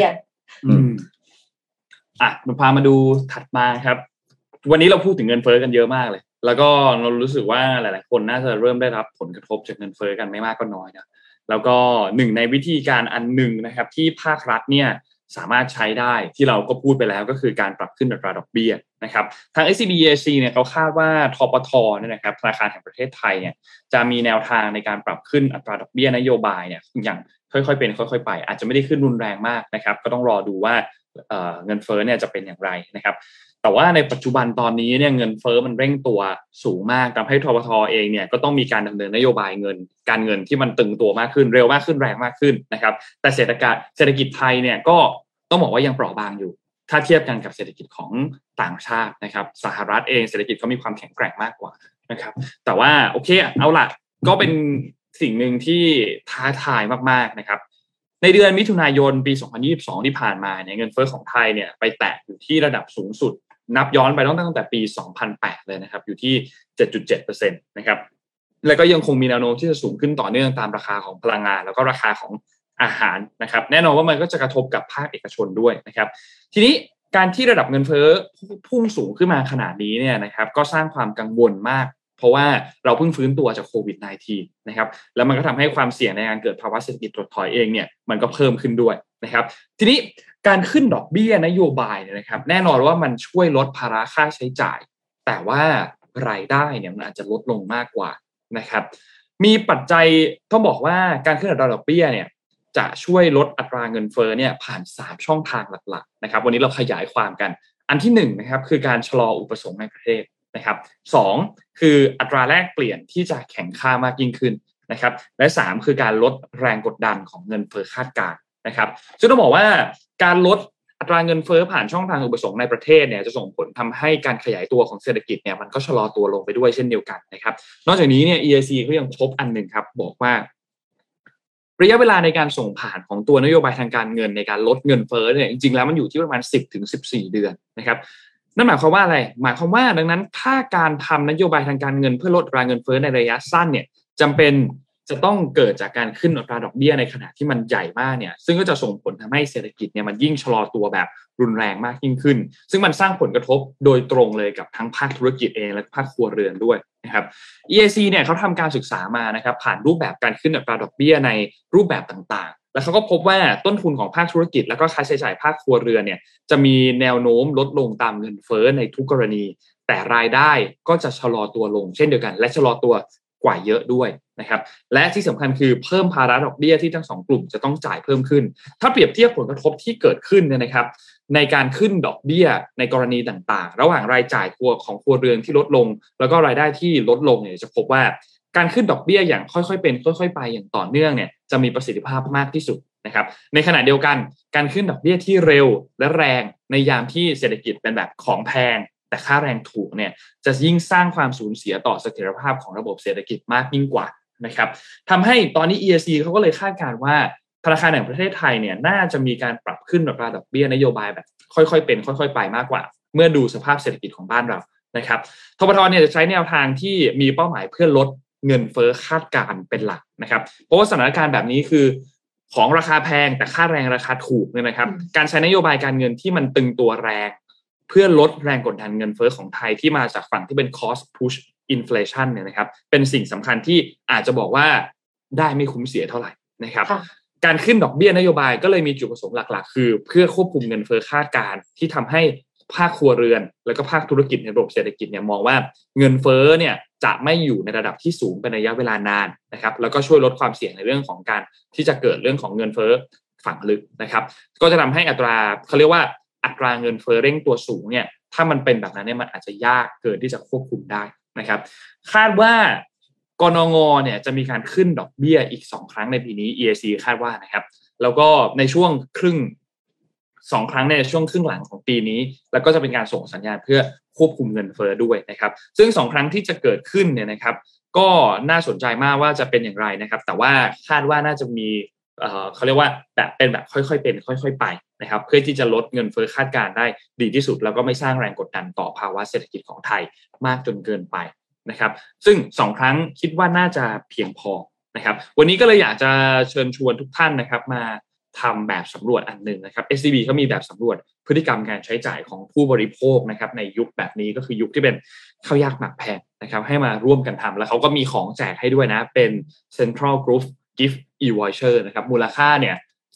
มาพามาดูถัดมาครับวันนี้เราพูดถึงเงินเฟ้อกันเยอะมากเลยแล้วก็เรารู้สึกว่าหลายๆคนน่าจะเริ่มได้รับผลกระทบจากเงินเฟ้อกันไม่มากก็น้อยนะแล้วก็หนึ่งในวิธีการอันหนึ่งนะครับที่ภาครัฐเนี่ยสามารถใช้ได้ที่เราก็พูดไปแล้วก็คือการปรับขึ้นอัตราดอกเบี้ยนะครับทาง SCB EAC เนี่ยเขาคาดว่าธปทเนี่ยนะครับธนาคารแห่งประเทศไทยเนี่ยจะมีแนวทางในการปรับขึ้นอัตราดอกเบี้ยนโยบายเนี่ยอย่างค่อยๆเป็นค่อยๆไปอาจจะไม่ได้ขึ้นรุนแรงมากนะครับก็ต้องรอดูว่าเงินเฟ้อเนี่ยจะเป็นอย่างไรนะครับแต่ว่าในปัจจุบันตอนนี้เนี่ยเงินเฟ้อมันเร่งตัวสูงมากทำให้ธปทเองเนี่ยก็ต้องมีการดำเนินนโยบายการเงินที่มันตึงตัวมากขึ้นเร็วมากขึ้นแรงมากขึ้นนะครับแต่เศรษฐกิจไทยเนี่ยก็ต้องบอกว่ายังเปราะบางอยู่ถ้าเทียบกันกับเศรษฐกิจของต่างชาตินะครับสหรัฐเองเศรษฐกิจเขามีความแข็งแกร่งมากกว่านะครับแต่ว่าโอเคเอาล่ะก็เป็นสิ่งหนึ่งที่ท้าทายมากๆนะครับในเดือนมิถุนายนปี2022ที่ผ่านมาเนี่ยเงินเฟ้อของไทยเนี่ยไปแตะอยู่ที่ระดับสูงสุดนับย้อนไปตั้งแต่ปี2008เลยนะครับอยู่ที่ 7.7% นะครับแล้วก็ยังคงมีแนวโน้มที่จะสูงขึ้นต่อเนื่องตามราคาของพลังงานแล้วก็ราคาของอาหารนะครับแน่นอนว่ามันก็จะกระทบกับภาคเอกชนด้วยนะครับทีนี้การที่ระดับเงินเฟ้อพุ่งสูงขึ้นมาขนาดนี้เนี่ยนะครับก็สร้างความกังวลมากเพราะว่าเราเพิ่งฟื้นตัวจากโควิด -19 นะครับแล้วมันก็ทำให้ความเสี่ยงในการเกิดภาวะเศรษฐกิจถดถอยเองเนี่ยมันก็เพิ่มขึ้นด้วยนะครับทีนี้การขึ้นดอกเบี้ยนโยบายเนี่ยนะครับแน่นอนว่ามันช่วยลดภาระค่าใช้จ่ายแต่ว่ารายได้เนี่ยมันอาจจะลดลงมากกว่านะครับมีปัจจัยต้องบอกว่าการขึ้นอัตราดอกเบี้ยเนี่ยจะช่วยลดอัตราเงินเฟ้อเนี่ยผ่าน3ช่องทางหลักๆนะครับวันนี้เราขยายความกันอันที่1นะครับคือการชะลออุปสงค์ในประเทศนะครับ2คืออัตราแลกเปลี่ยนที่จะแข็งค่ามากยิ่งขึ้นนะครับและ3คือการลดแรงกดดันของเงินเฟ้อคาดการณ์นะครับซึ่งต้องบอกว่าการลดอัตราเงินเฟ้อผ่านช่องทางอุปสงค์ในประเทศเนี่ยจะส่งผลทำให้การขยายตัวของเศรษฐกิจเนี่ยมันก็ชะลอตัวลงไปด้วยเช่นเดียวกันนะครับนอกจากนี้เนี่ย EAC ก็ยังพบอันหนึ่งครับบอกว่าระยะเวลาในการส่งผ่านของตัวนโยบายทางการเงินในการลดเงินเฟ้อเนี่ยจริงๆแล้วมันอยู่ที่ประมาณ 10-14 เดือนนะครับนั่นหมายความว่าอะไรหมายความว่าดังนั้นถ้าการทำนโยบายทางการเงินเพื่อลดอัตราเงินเฟ้อในระยะสั้นเนี่ยจำเป็นจะต้องเกิดจากการขึ้นอัตราดอกเบี้ยในขณะที่มันใหญ่มากเนี่ยซึ่งก็จะส่งผลทำให้เศรษฐกิจเนี่ยมันยิ่งชะลอตัวแบบรุนแรงมากยิ่งขึ้นซึ่งมันสร้างผลกระทบโดยตรงเลยกับทั้งภาคธุรกิจเองและภาคครัวเรือนด้วยนะครับ EAC เนี่ยเขาทำการศึกษามานะครับผ่านรูปแบบการขึ้นอัตราดอกเบี้ยในรูปแบบต่างๆแล้วเขาก็พบว่าต้นทุนของภาคธุรกิจแล้วก็ค่าใช้จ่ายภาคครัวเรือนเนี่ยจะมีแนวโน้มลดลงตามเงินเฟ้อในทุกกรณีแต่รายได้ก็จะชะลอตัวลงเช่นเดียวกันและชะลอตัวกว่าเยอะด้วยนะครับและที่สำคัญคือเพิ่มภาระดอกเบี้ยที่ทั้ง2กลุ่มจะต้องจ่ายเพิ่มขึ้นถ้าเปรียบเทียบผลกระทบที่เกิดขึ้นเนี่ยนะครับในการขึ้นดอกเบี้ยในกรณีต่างๆระหว่างรายจ่ายของครัวเรือนที่ลดลงแล้วก็รายได้ที่ลดลงเนี่ยจะพบว่าการขึ้นดอกเบี้ยอย่างค่อยๆเป็นค่อยๆไปอย่างต่อเนื่องเนี่ยจะมีประสิทธิภาพมากที่สุดนะครับในขณะเดียวกันการขึ้นดอกเบี้ยที่เร็วและแรงในยามที่เศรษฐกิจเป็นแบบของแพงแต่ค่าแรงถูกเนี่ยจะยิ่งสร้างความสูญเสียต่อเสถียรภาพของระบบเศรษฐกิจมากยิ่งกว่านะครับทำให้ตอนนี้ EAC เขาก็เลยคาดการณ์ว่าธนาคารแห่งประเทศไทยเนี่ยน่าจะมีการปรับขึ้นอัตราดอกเบี้ยนโยบายแบบค่อยๆเป็นค่อยๆไปมากกว่าเมื่อดูสภาพเศรษฐกิจของบ้านเรานะครับธปทเนี่ยจะใช้แนวทางที่มีเป้าหมายเพื่อลดเงินเฟ้อคาดการณ์เป็นหลักนะครับเพราะว่าสถานการณ์แบบนี้คือของราคาแพงแต่ค่าแรงราคาถูกเนี่ยนะครับการใช้นโยบายการเงินที่มันตึงตัวแรงเพื่อลดแรงกดดันเงินเฟ้อของไทยที่มาจากฝั่งที่เป็น cost push inflation เนี่ยนะครับเป็นสิ่งสำคัญที่อาจจะบอกว่าได้ไม่คุ้มเสียเท่าไหร่นะครับการขึ้นดอกเบี้ยนโยบายก็เลยมีจุดประสงค์หลักๆคือเพื่อควบคุมเงินเฟ้อคาดการณ์ที่ทำให้ภาคครัวเรือนแล้วก็ภาคธุรกิจในระบบเศรษฐกิจเนี่ยมองว่าเงินเฟ้อเนี่ยจะไม่อยู่ในระดับที่สูงเป็นระยะเวลานานนะครับแล้วก็ช่วยลดความเสี่ยงในเรื่องของการที่จะเกิดเรื่องของเงินเฟ้อฝังลึกนะครับก็จะทำให้อัตราเขาเรียกว่าอัตราเงินเฟ้อเร่งตัวสูงเนี่ยถ้ามันเป็นแบบนั้นเนี่ยมันอาจจะยากเกินที่จะควบคุมได้นะครับคาดว่ากนง.เนี่ยจะมีการขึ้นดอกเบี้ยอีก2ครั้งในปีนี้ EAC คาดว่านะครับแล้วก็ในช่วง2 ครั้งในช่วงครึ่งหลังของปีนี้แล้วก็จะเป็นการส่งสัญญาณเพื่อควบคุมเงินเฟ้อด้วยนะครับซึ่ง2ครั้งที่จะเกิดขึ้นเนี่ยนะครับก็น่าสนใจมากว่าจะเป็นอย่างไรนะครับแต่ว่าคาดว่าน่าจะมีเขาเรียกว่าแบบเป็นแบบค่อยๆเป็นค่อยๆไปนะครับเพื่อที่จะลดเงินเฟ้อคาดการณ์ได้ดีที่สุดแล้วก็ไม่สร้างแรงกดดันต่อภาวะเศรษฐกิจของไทยมากจนเกินไปนะครับซึ่ง2ครั้งคิดว่าน่าจะเพียงพอนะครับวันนี้ก็เลยอยากจะเชิญชวนทุกท่านนะครับมาทำแบบสำรวจอันหนึ่งนะครับ SCB เขามีแบบสำรวจพฤติกรรมการใช้จ่ายของผู้บริโภคนะครับในยุคแบบนี้ก็คือยุคที่เป็นข้าวยากหมากแพงนะครับให้มาร่วมกันทำแล้วเขาก็มีของแจกให้ด้วยนะเป็น Central Group Gift e-voucher นะครับมูลค่าเนี่ย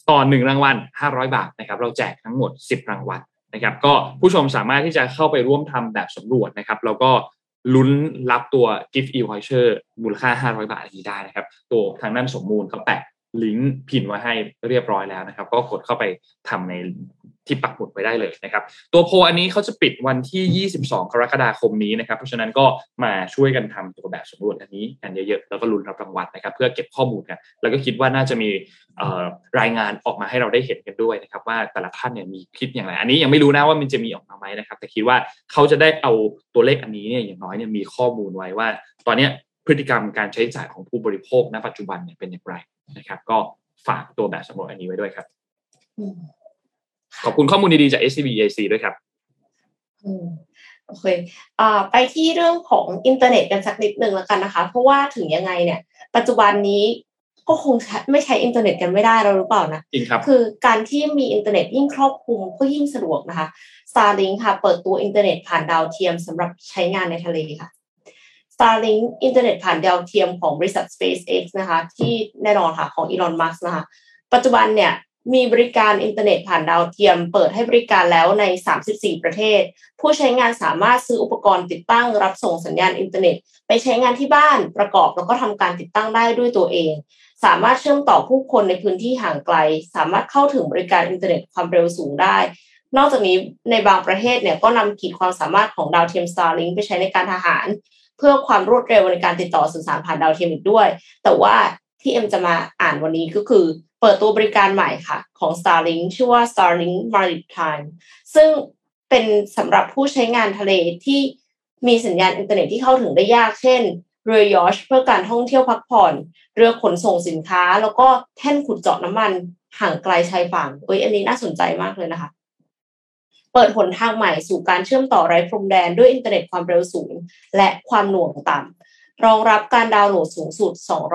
ต่อ1รางวัล500 บาทนะครับเราแจกทั้งหมด10รางวัลนะครับก็ผู้ชมสามารถที่จะเข้าไปร่วมทำแบบสำรวจนะครับแล้วก็ลุ้นรับตัว Gift e-voucher มูลค่า500 บาทนี้ได้นะครับตัวทางด้านสมมูลเขาแปะลิงก์พินไว้ให้เรียบร้อยแล้วนะครับก็กดเข้าไปทำในที่ปักหมุดไว้ได้เลยนะครับตัวโพลอันนี้เขาจะปิดวันที่22กรกฎาคมนี้นะครับเพราะฉะนั้นก็มาช่วยกันทำตัวแบบสำรวจอันนี้กันเยอะๆแล้วก็ลุ้นรับรางวัลนะครับเพื่อเก็บข้อมูลกันแล้วก็คิดว่าน่าจะมีรายงานออกมาให้เราได้เห็นกันด้วยนะครับว่าแต่ละท่านเนี่ยมีคิดอย่างไรอันนี้ยังไม่รู้นะว่ามันจะมีออกมาไหมนะครับแต่คิดว่าเขาจะได้เอาตัวเลขอันนี้เนี่ยอย่างน้อยเนี่ยมีข้อมูลไว้ว่าตอนนี้พฤติกรรมการใช้จ่ายของผู้บริโภคณปัจจุบันเนี่ยเป็นอย่างไรนะครับก็ฝากตัวแบบสำรวจอันนี้ไว้ด้วยครับขอบคุณข้อมูลดีๆจาก SCB EIC ด้วยครับโอเคไปที่เรื่องของอินเทอร์เน็ตกันสักนิดนึงแล้วกันนะคะเพราะว่าถึงยังไงเนี่ยปัจจุบันนี้ก็คงไม่ใช้อินเทอร์เน็ตกันไม่ได้แล้วหรือเปล่านะจริงครับคือการที่มีอินเทอร์เน็ตยิ่งครอบคลุมก็ยิ่งสะดวกนะคะ Starlink ค่ะเปิดตัวอินเทอร์เน็ตผ่านดาวเทียมสำหรับใช้งานในทะเลค่ะ Starlink อินเทอร์เน็ตผ่านดาวเทียมของบริษัท SpaceX นะคะที่แน่นอนค่ะของ Elon Musk นะคะปัจจุบันเนี่ยมีบริการอินเทอร์เน็ตผ่านดาวเทียมเปิดให้บริการแล้วใน34ประเทศผู้ใช้งานสามารถซื้ออุปกรณ์ติดตั้งรับส่งสัญญาณอินเทอร์เน็ตไปใช้งานที่บ้านประกอบแล้วก็ทำการติดตั้งได้ด้วยตัวเองสามารถเชื่อมต่อผู้คนในพื้นที่ห่างไกลสามารถเข้าถึงบริการอินเทอร์เน็ตความเร็วสูงได้นอกจากนี้ในบางประเทศเนี่ยก็นำขีดความสามารถของดาวเทียม Starlink ไปใช้ในการทหารเพื่อความรวดเร็วในการติดต่อสื่อสารผ่านดาวเทียมอีกด้วยแต่ว่าที่เอ็มจะมาอ่านวันนี้ก็คือเปิดตัวบริการใหม่ค่ะของ Starlink ชื่อว่า Starlink Maritime ซึ่งเป็นสำหรับผู้ใช้งานทะเลที่มีสัญญาณอินเทอร์เน็ตที่เข้าถึงได้ยากเช่นเรือยอชท์เพื่อการท่องเที่ยวพักผ่อนเรือขนส่งสินค้าแล้วก็แท่นขุดเจาะน้ำมันห่างไกลชายฝั่งอันนี้น่าสนใจมากเลยนะคะเปิดหนทางใหม่สู่การเชื่อมต่อไร้พรมแดนด้วยอินเทอร์เน็ตความเร็วสูงและความหน่วงต่ำรองรับการดาวน์โหลดสูงสุด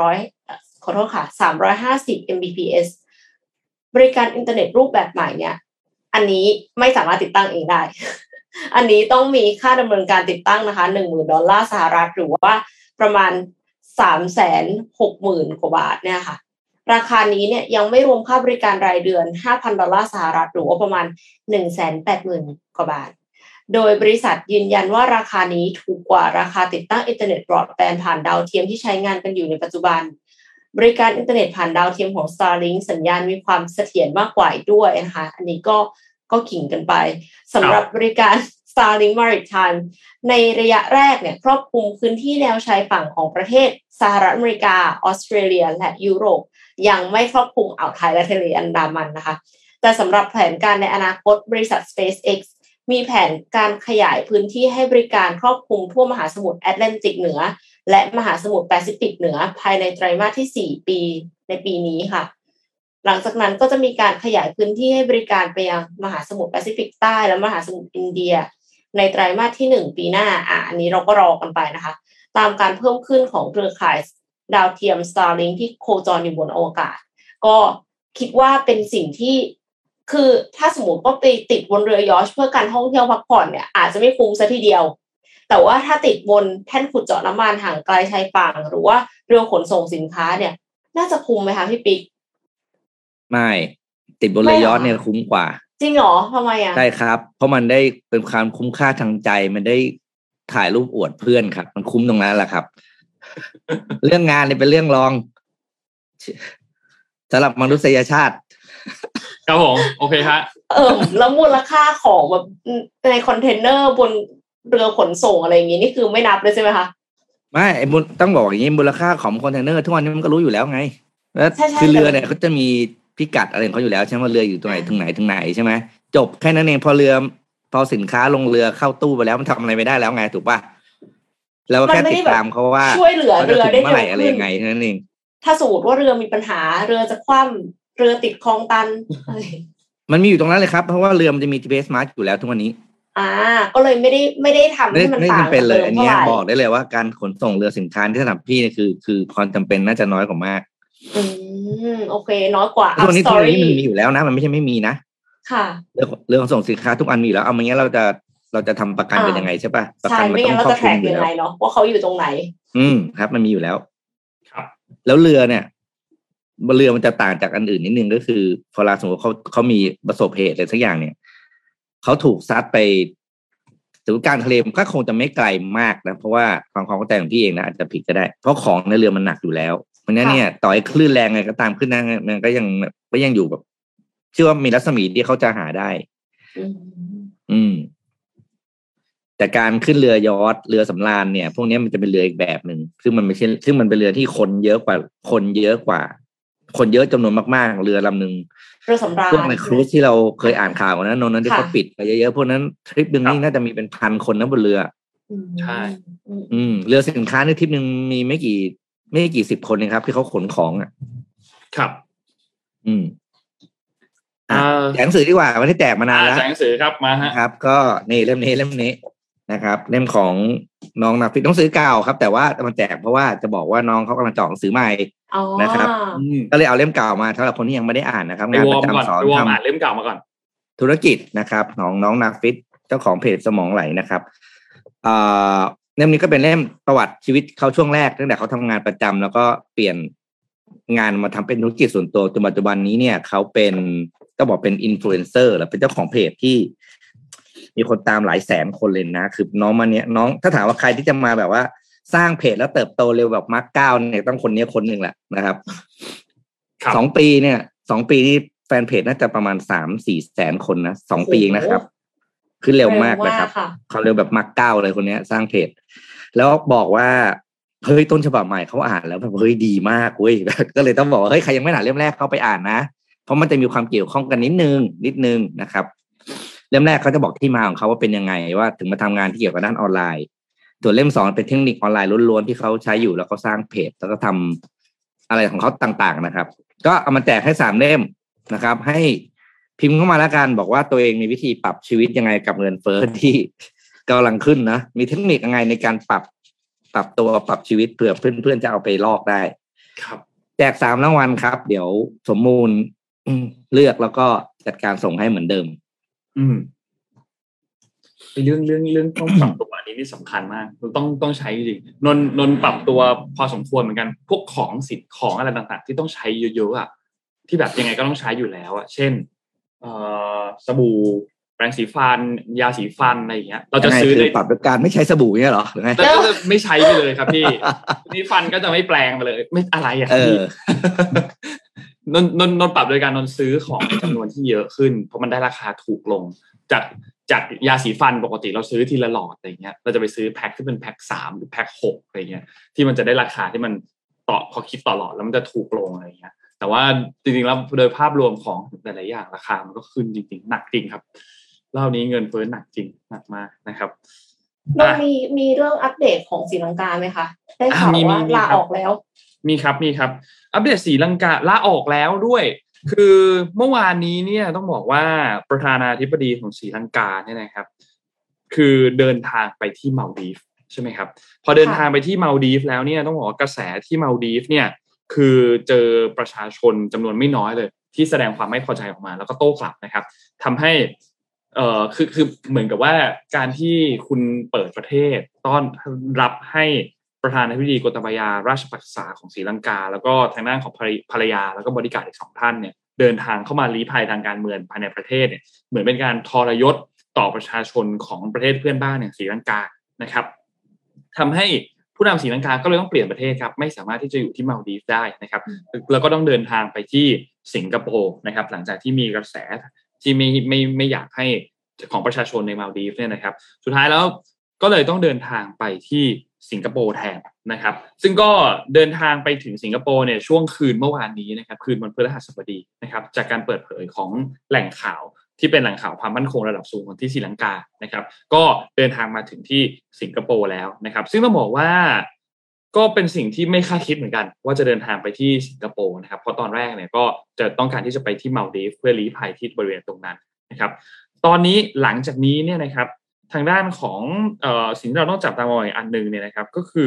350 Mbps บริการอินเทอร์เน็ตรูปแบบใหม่เนี่ยอันนี้ไม่สามารถติดตั้งเองได้ อันนี้ต้องมีค่าดำเนินการติดตั้งนะคะ $10,000 สหรัฐหรือว่าประมาณ 360,000 กว่าบาทเนี่ยค่ะราคานี้เนี่ยยังไม่รวมค่าบริการรายเดือน $5,000 สหรัฐหรือว่าประมาณ 180,000 กว่าบาทโดยบริษัทยืนยันว่าราคานี้ถูกกว่าราคาติดตั้งอินเทอร์เน็ตบรอดแบนด์ผ่านดาวเทียมที่ใช้งานกันอยู่ในปัจจุบันบริการอินเทอร์เน็ตผ่านดาวเทียมของ Starlink สัญญาณมีความเสถียรมากกว่าอีกด้วยนะคะอันนี้ก็ขิงกันไปสำหรับบริการ Starlink Maritime ในระยะแรกเนี่ยครอบคลุมพื้นที่แนวชายฝั่งของประเทศสหรัฐอเมริกาออสเตรเลียและยุโรปยังไม่ครอบคลุมอ่าวไทยและทะเลอันดามันนะคะแต่สำหรับแผนการในอนาคตบริษัท SpaceX มีแผนการขยายพื้นที่ให้บริการครอบคลุมทั่วมหาสมุทรแอตแลนติกเหนือและมหาสมุทรแปซิฟิกเหนือภายในไตรมาสที่4ปีในปีนี้ค่ะหลังจากนั้นก็จะมีการขยายพื้นที่ให้บริการไปยังมหาสมุทรแปซิฟิกใต้และมหาสมุทรอินเดียในไตรมาสที่1ปีหน้าอันนี้เราก็รอกันไปนะคะตามการเพิ่มขึ้นของเครือข่ายดาวเทียม Starlink ที่โคจรอยู่บนอวกาศก็คิดว่าเป็นสิ่งที่คือถ้าสมมติว่าไปติดบนเรือยอชท์เพื่อการท่องเที่ยวพักผ่อนเนี่ยอาจจะไม่คุ้มซะทีเดียวแต่ว่าถ้าติดบนแท่นขุดเจาะน้ำมันห่างไกลชายฝั่งหรือว่าเรือขนส่งสินค้าเนี่ยน่าจะคุ้มไหมคะพี่ปิ๊กไม่ติดบนเรือยอชท์เนี่ยคุ้มกว่าจริงเหรอทำไมอ่ะใช่ครับเพราะมันได้เป็นความคุ้มค่าทางใจมันได้ถ่ายรูปอวดเพื่อนครับมันคุ้มตรงนั้นแหละครับ เรื่องงานเนี่ยเป็นเรื่องรองสำหรับมนุษยชาติครับผมโอเคฮะแล้วมูลค่าของแบบในคอนเทนเนอร์บนเรือขนส่งอะไรอย่างงี้นี่คือไม่นับเลยใช่ไหมคะไม่ต้องบอกอย่างนี้มูลค่าของคอนเทนเนอร์ทุกวันนี้มันก็รู้อยู่แล้วไงแล้วคือเรือเนี่ยเขาจะมีพิกัดอะไรของเขาอยู่แล้วใช่ไหมว่าเรืออยู่ตรงไหนถึงไหนใช่ไหมจบแค่นั้นเองพอสินค้าลงเรือเข้าตู้ไปแล้วมันทำอะไรไม่ได้แล้วไงถูกป่ะแล้วแค่ติดตามเขาว่าช่วยเหลือเรือได้เมื่อไหร่อะไรยังไงเท่านั้นเองถ้าสมมติว่าเรือมีปัญหาเรือจะคว่ำเรือติดคลองตันมันมีอยู่ตรงนั้นเลยครับเพราะว่าเรือมันจะมี GPS Mark อยู่แล้วทุกวันนี้ก็เลยไม่ได้ทำให้มันต่างกันเลยอันนี้บอกได้เลยว่าการขนส่งเรือสินค้าที่สำหรับพี่เนี่ยคือความจำเป็นน่าจะน้อยกว่ามากโอเคน้อยกว่าตัวนี้มันมีอยู่แล้วนะมันไม่ใช่ไม่มีนะค่ะเรือขนส่งสินค้าทุกอันมีอยู่แล้วเอาอย่างเงี้ยเราจะทำประกันเป็นยังไงใช่ป่ะประกันมันต้องครอบคลุมอยู่แล้วว่าเขาอยู่ตรงไหนครับมันมีอยู่แล้วครับแล้วเรือเนี่ยเรือมันจะต่างจากอันอื่นนิดนึงก็คือพอสมมติเขามีประสบเหตุอะไรสักอย่างเนี่ยเขาถูกซัดไปถึงกลางทะเลมันก็คงจะไม่ไกลมากนะเพราะว่าความเข้าใจของพี่เองนะอาจจะผิดก็ได้เพราะของในเรือมันหนักอยู่แล้วเพราะฉะนั้นเนี่ยต่อให้คลื่นแรงไงก็ตามขึ้นนะมันก็ยังอยู่แบบเชื่อว่ามีรัศมีที่เขาจะหาได้แต่การขึ้นเรือยอชต์เรือสำราญเนี่ยพวกนี้มันจะเป็นเรืออีกแบบหนึ่งซึ่งมันไม่ใช่ซึ่งมันเป็นเรือที่คนเยอะกว่าคนเยอะจำนวนมากๆเรือลำนึงเรือสำราญพวกในครูซที่เราเคยอ่านข่าวนะนั้นที่เขาปิดไปเยอะๆพวกนั้นทริปนึงนี่น่าจะมีเป็นพันคนนะบนเรือใช่เรือสินค้าในทริปนึงมีไม่กี่สิบคนเองครับที่เขาขนของอ่ะครับแจกหนังสือดีกว่าไม่ได้แจกมานานแล้วแจกหนังสือครับมาฮะครับก็นี่เล่มนี้นะครับเล่มของน้องนาฟิตต้องซื้อเก่าครับแต่ว่ามันแจกเพราะว่าจะบอกว่าน้องเขากำลังเจาะหนังสือใหม่นะครับก็เลยเอาเล่มเก่ามาสำหรับคนที่ยังไม่ได้อ่านนะครับงานประจำสอนทำอ่านเล่มเก่ามาก่อนธุรกิจนะครับของน้องนาฟิตเจ้าของเพจสมองไหลนะครับเล่มนี้ก็เป็นเล่มประวัติชีวิตเขาช่วงแรกตั้งแต่เขาทำงานประจำแล้วก็เปลี่ยนงานมาทำเป็นธุรกิจส่วนตัวจนปัจจุบันนี้เนี่ยเขาเป็นก็บอกเป็นอินฟลูเอนเซอร์แล้วเป็นเจ้าของเพจที่มีคนตามหลายแสนคนเลยนะคือน้องมันเนี้ยน้องถ้าถามว่าใครที่จะมาแบบว่าสร้างเพจแล้วเติบโตเร็วแบบมาร์คก้าวเนี่ยต้องคนนี้คนหนึ่งแหละนะครับ2 ปีเนี่ย2 ปีนี่แฟนเพจน่าจะประมาณ 3-4 แสนคนนะ2 ปีนะครับขึ้นเร็วมากนะครับเขาเร็วแบบมาร์คก้าวเลยคนนี้สร้างเพจแล้วบอกว่าเฮ้ยต้นฉบับใหม่เขาอ่านแล้วแบบเฮ้ยดีมากเว้ยก็เลยต้องบอกว่าเฮ้ยใครยังไม่อ่านเล่มแรกเข้าไปอ่านนะเพราะมันจะมีความเกี่ยวข้องกันนิดนึงนะครับเล่มแรกเขาจะบอกที่มาของเขาว่าเป็นยังไงว่าถึงมาทำงานที่เกี่ยวกับด้านออนไลน์ส่วนเล่ม2เป็นเทคนิคออนไลน์ล้วนๆที่เขาใช้อยู่แล้วก็สร้างเพจแล้วก็ทำอะไรของเขาต่างๆนะครับก็เอามาแจกให้3 เล่มนะครับให้พิมพ์เข้ามาแล้วกันบอกว่าตัวเองมีวิธีปรับชีวิตยังไงกับเงินเฟ้อที่กำลังขึ้นนะมีเทคนิคยังไงในการปรับตัวปรับชีวิตเผื่อเพื่อนๆจะเอาไปลอกได้ครับแจก3 รางวัลครับเดี๋ยวสมมูลเลือกแล้วก็จัดการส่งให้เหมือนเดิมเรื่องต้องปรับตัวอันนี้นี่สำคัญมากต้องใช้จริงนนปรับตัวพอสมควรเหมือนกันพวกของสิทธิ์ของอะไรต่างๆที่ต้องใช้เยอะๆอ่ะที่แบบยังไงก็ต้องใช้อยู่แล้วอ่ะเช่นสบู่แปรงสีฟันยาสีฟันอะไรอย่างเงี้ยเราจะซื้อในปรับการไม่ใจะบู่เนี่ยหรอแต่ก็จะไม่ใช้ไปเลยครับพี่นี่ฟันก็จะไม่แปรงไปเลยไม่อะไรอ่ะพี่นนปรับโดยการนนซื้อของในจำนวนที่เยอะขึ้นเพราะมันได้ราคาถูกลงจากยาสีฟันปกติเราซื้อทีละหลอดอะไรเงี้ยเราจะไปซื้อแพ็คที่เป็นแพ็ค3หรือแพ็ค6อะไรเงี้ยที่มันจะได้ราคาที่มันพอคิดต่อหลอดแล้วมันจะถูกลงอะไรเงี้ยแต่ว่าจริงๆแล้วโดยภาพรวมของหลายๆอย่างราคามันก็ขึ้นจริงๆหนักจริงครับรอบนี้เงินเฟ้อหนักจริงหนักมากนะครับเรามีเรื่องอัปเดตของศรีลังกาไหมคะได้ข่าวว่าลาออกแล้วมีครับอัปเดตศรีลังกาลาออกแล้วด้วยคือเมื่อวานนี้เนี่ยต้องบอกว่าประธานาธิบดีของศรีลังกาเนี่ยนะครับคือเดินทางไปที่มัลดีฟใช่ไหมครับพอเดินทางไปที่มัลดีฟแล้วเนี่ยต้องบอกว่ากระแสที่มัลดีฟเนี่ยคือเจอประชาชนจำนวนไม่น้อยเลยที่แสดงความไม่พอใจออกมาแล้วก็โต้กลับนะครับทำให้คือเหมือนกับว่าการที่คุณเปิดประเทศต้อนรับให้ประธานาธิบดีโกตาบายาราชปักษาของศรีลังกาแล้วก็ทางด้านของภรรยาแล้วก็บริการอีก2 ท่านเนี่ยเดินทางเข้ามาลี้ภัยทางการเมืองภายในประเทศเนี่ยเหมือนเป็นการทรยศต่อประชาชนของประเทศเพื่อนบ้านอย่างศรีลังกานะครับทำให้ผู้นำศรีลังกาก็เลยต้องเปลี่ยนประเทศครับไม่สามารถที่จะอยู่ที่มัลดีฟได้นะครับแล้วก็ต้องเดินทางไปที่สิงคโปร์นะครับหลังจากที่มีกระแสที่ไม่อยากให้ของประชาชนในมัลดีฟเนี่ยนะครับสุดท้ายแล้วก็เลยต้องเดินทางไปที่สิงคโปร์แทนนะครับซึ่งก็เดินทางไปถึงสิงคโปร์เนี่ยช่วงคืนเมื่อวานนี้นะครับคืนวันพฤหัสบดีนะครับจากการเปิดเผยของแหล่งข่าวที่เป็นแหล่งข่าวความมั่นคงระดับสูงของที่ศรีลังกานะครับก็เดินทางมาถึงที่สิงคโปร์แล้วนะครับซึ่งต้องบอกว่าก็เป็นสิ่งที่ไม่คาดคิดเหมือนกันว่าจะเดินทางไปที่สิงคโปร์นะครับเพราะตอนแรกเนี่ยก็จะต้องการที่จะไปที่มัลดีฟเพื่อลี้ภัยที่บริเวณตรงนั้นนะครับตอนนี้หลังจากนี้เนี่ยนะครับทางด้านของสิ่งที่เราต้องจับตามองอีกอันนึงเนี่ยนะครับก็คือ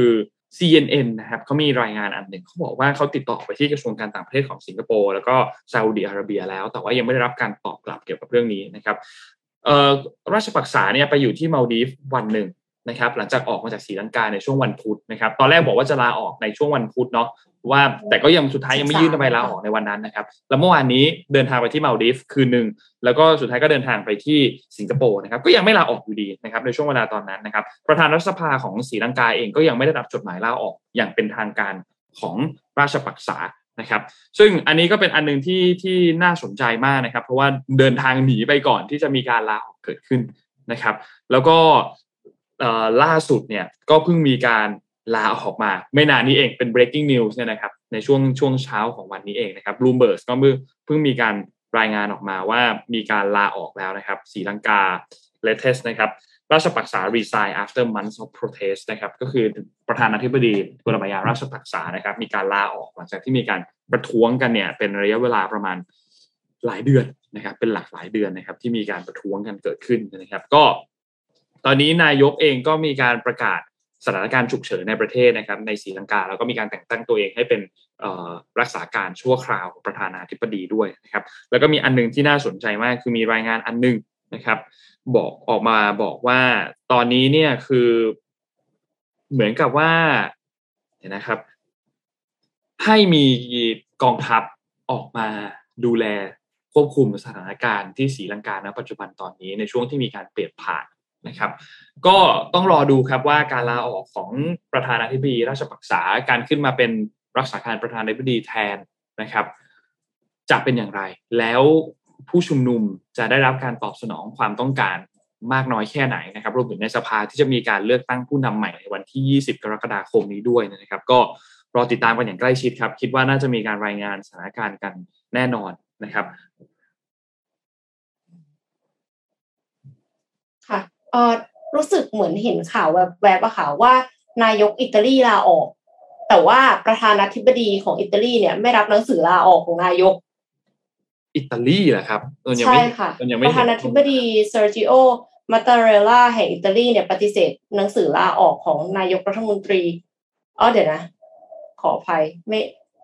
CNN นะครับเขามีรายงานอันหนึ่งเขาบอกว่าเขาติดต่อไปที่กระทรวงการต่างประเทศของสิงคโปร์แล้วก็ซาอุดิอาระเบียแล้วแต่ว่ายังไม่ได้รับการตอบกลับเกี่ยวกับเรื่องนี้นะครับราชปักษาเนี่ยไปอยู่ที่มัลดีฟวันหนึ่งนะครับหลังจากออกมาจากศรีลังกาในช่วงวันพุธนะครับตอนแรกบอกว่าจะลาออกในช่วงวันพุธเนาะว่าแต่ก็ยังสุดท้ายยังไม่ยื่นใบลาออกในวันนั้นนะครับแล้วเมื่อวานนี้เดินทางไปที่มาลดีฟคืนนึงแล้วก็สุดท้ายก็เดินทางไปที่สิงคโปร์นะครับก็ยังไม่ลาออกอยู่ดีนะครับในช่วงเวลาตอนนั้นนะครับประธานรัฐสภาของศรีลังกาเองก็ยังไม่ได้รับจดหมายลาออกอย่างเป็นทางการของราชปักษานะครับซึ่งอันนี้ก็เป็นอันนึงที่น่าสนใจมากนะครับเพราะว่าเดินทางหนีไปก่อนที่จะมีการลาออกเกิดขึ้นนะครับแล้วก็ล่าสุดเนี่ยก็เพิ่งมีการลาออกมาไม่นานนี้เองเป็น breaking news เนี่ยนะครับในช่วงเช้าของวันนี้เองนะครับ Bloomberg ก็เพิ่งมีการรายงานออกมาว่ามีการลาออกแล้วนะครับศรีลังกา latest นะครับราชปักษา resign after months of protest นะครับก็คือประธานาธิบดีโกตบายาราชปักษานะครับมีการลาออกหลังจากที่มีการประท้วงกันเนี่ยเป็นระยะเวลาประมาณหลายเดือนนะครับเป็นหลายเดือนนะครับที่มีการประท้วงกันเกิดขึ้นนะครับก็ตอนนี้นายกเองก็มีการประกาศสถานการณ์ฉุกเฉินในประเทศนะครับในศรีลังกาแล้วก็มีการแต่งตั้งตัวเองให้เป็นรักษาการชั่วคราวประธานาธิบดีด้วยนะครับแล้วก็มีอันนึงที่น่าสนใจมากคือมีรายงานอันนึงนะครับออกมาบอกว่าตอนนี้เนี่ยคือเหมือนกับว่านะครับให้มีกองทัพออกมาดูแลควบคุมสถานการณ์ที่ศรีลังกาณปัจจุบันตอนนี้ในช่วงที่มีการเปลี่ยนผ่านนะครับก็ต้องรอดูครับว่าการลาออกของประธานาธิบดีราชปักษาการขึ้นมาเป็นรักษาการประธานาธิบดีแทนนะครับจะเป็นอย่างไรแล้วผู้ชุมนุมจะได้รับการตอบสนองความต้องการมากน้อยแค่ไหนนะครับรวมถึงในสภาที่จะมีการเลือกตั้งผู้นำใหม่ในวันที่20กรกฎาคมนี้ด้วยนะครับก็รอติดตามกันอย่างใกล้ชิดครับคิดว่าน่าจะมีการรายงานสถานการณ์กันแน่นอนนะครับค่ะรู้สึกเหมือนเห็นข่าวแวบๆอะค่ะว่านายกอิตาลีลาออกแต่ว่าประธานาธิบดีของอิตาลีเนี่ยไม่รับหนังสือลาออกของนายกอิตาลีเหรอครับใช่ค่ะประธานาธิบดีเซอร์จิโอมาตาเรลล่าแห่งอิตาลีเนี่ยปฏิเสธหนังสือลาออกของนายกรัฐมนตรีเดี๋ยวนะขออภัยไม่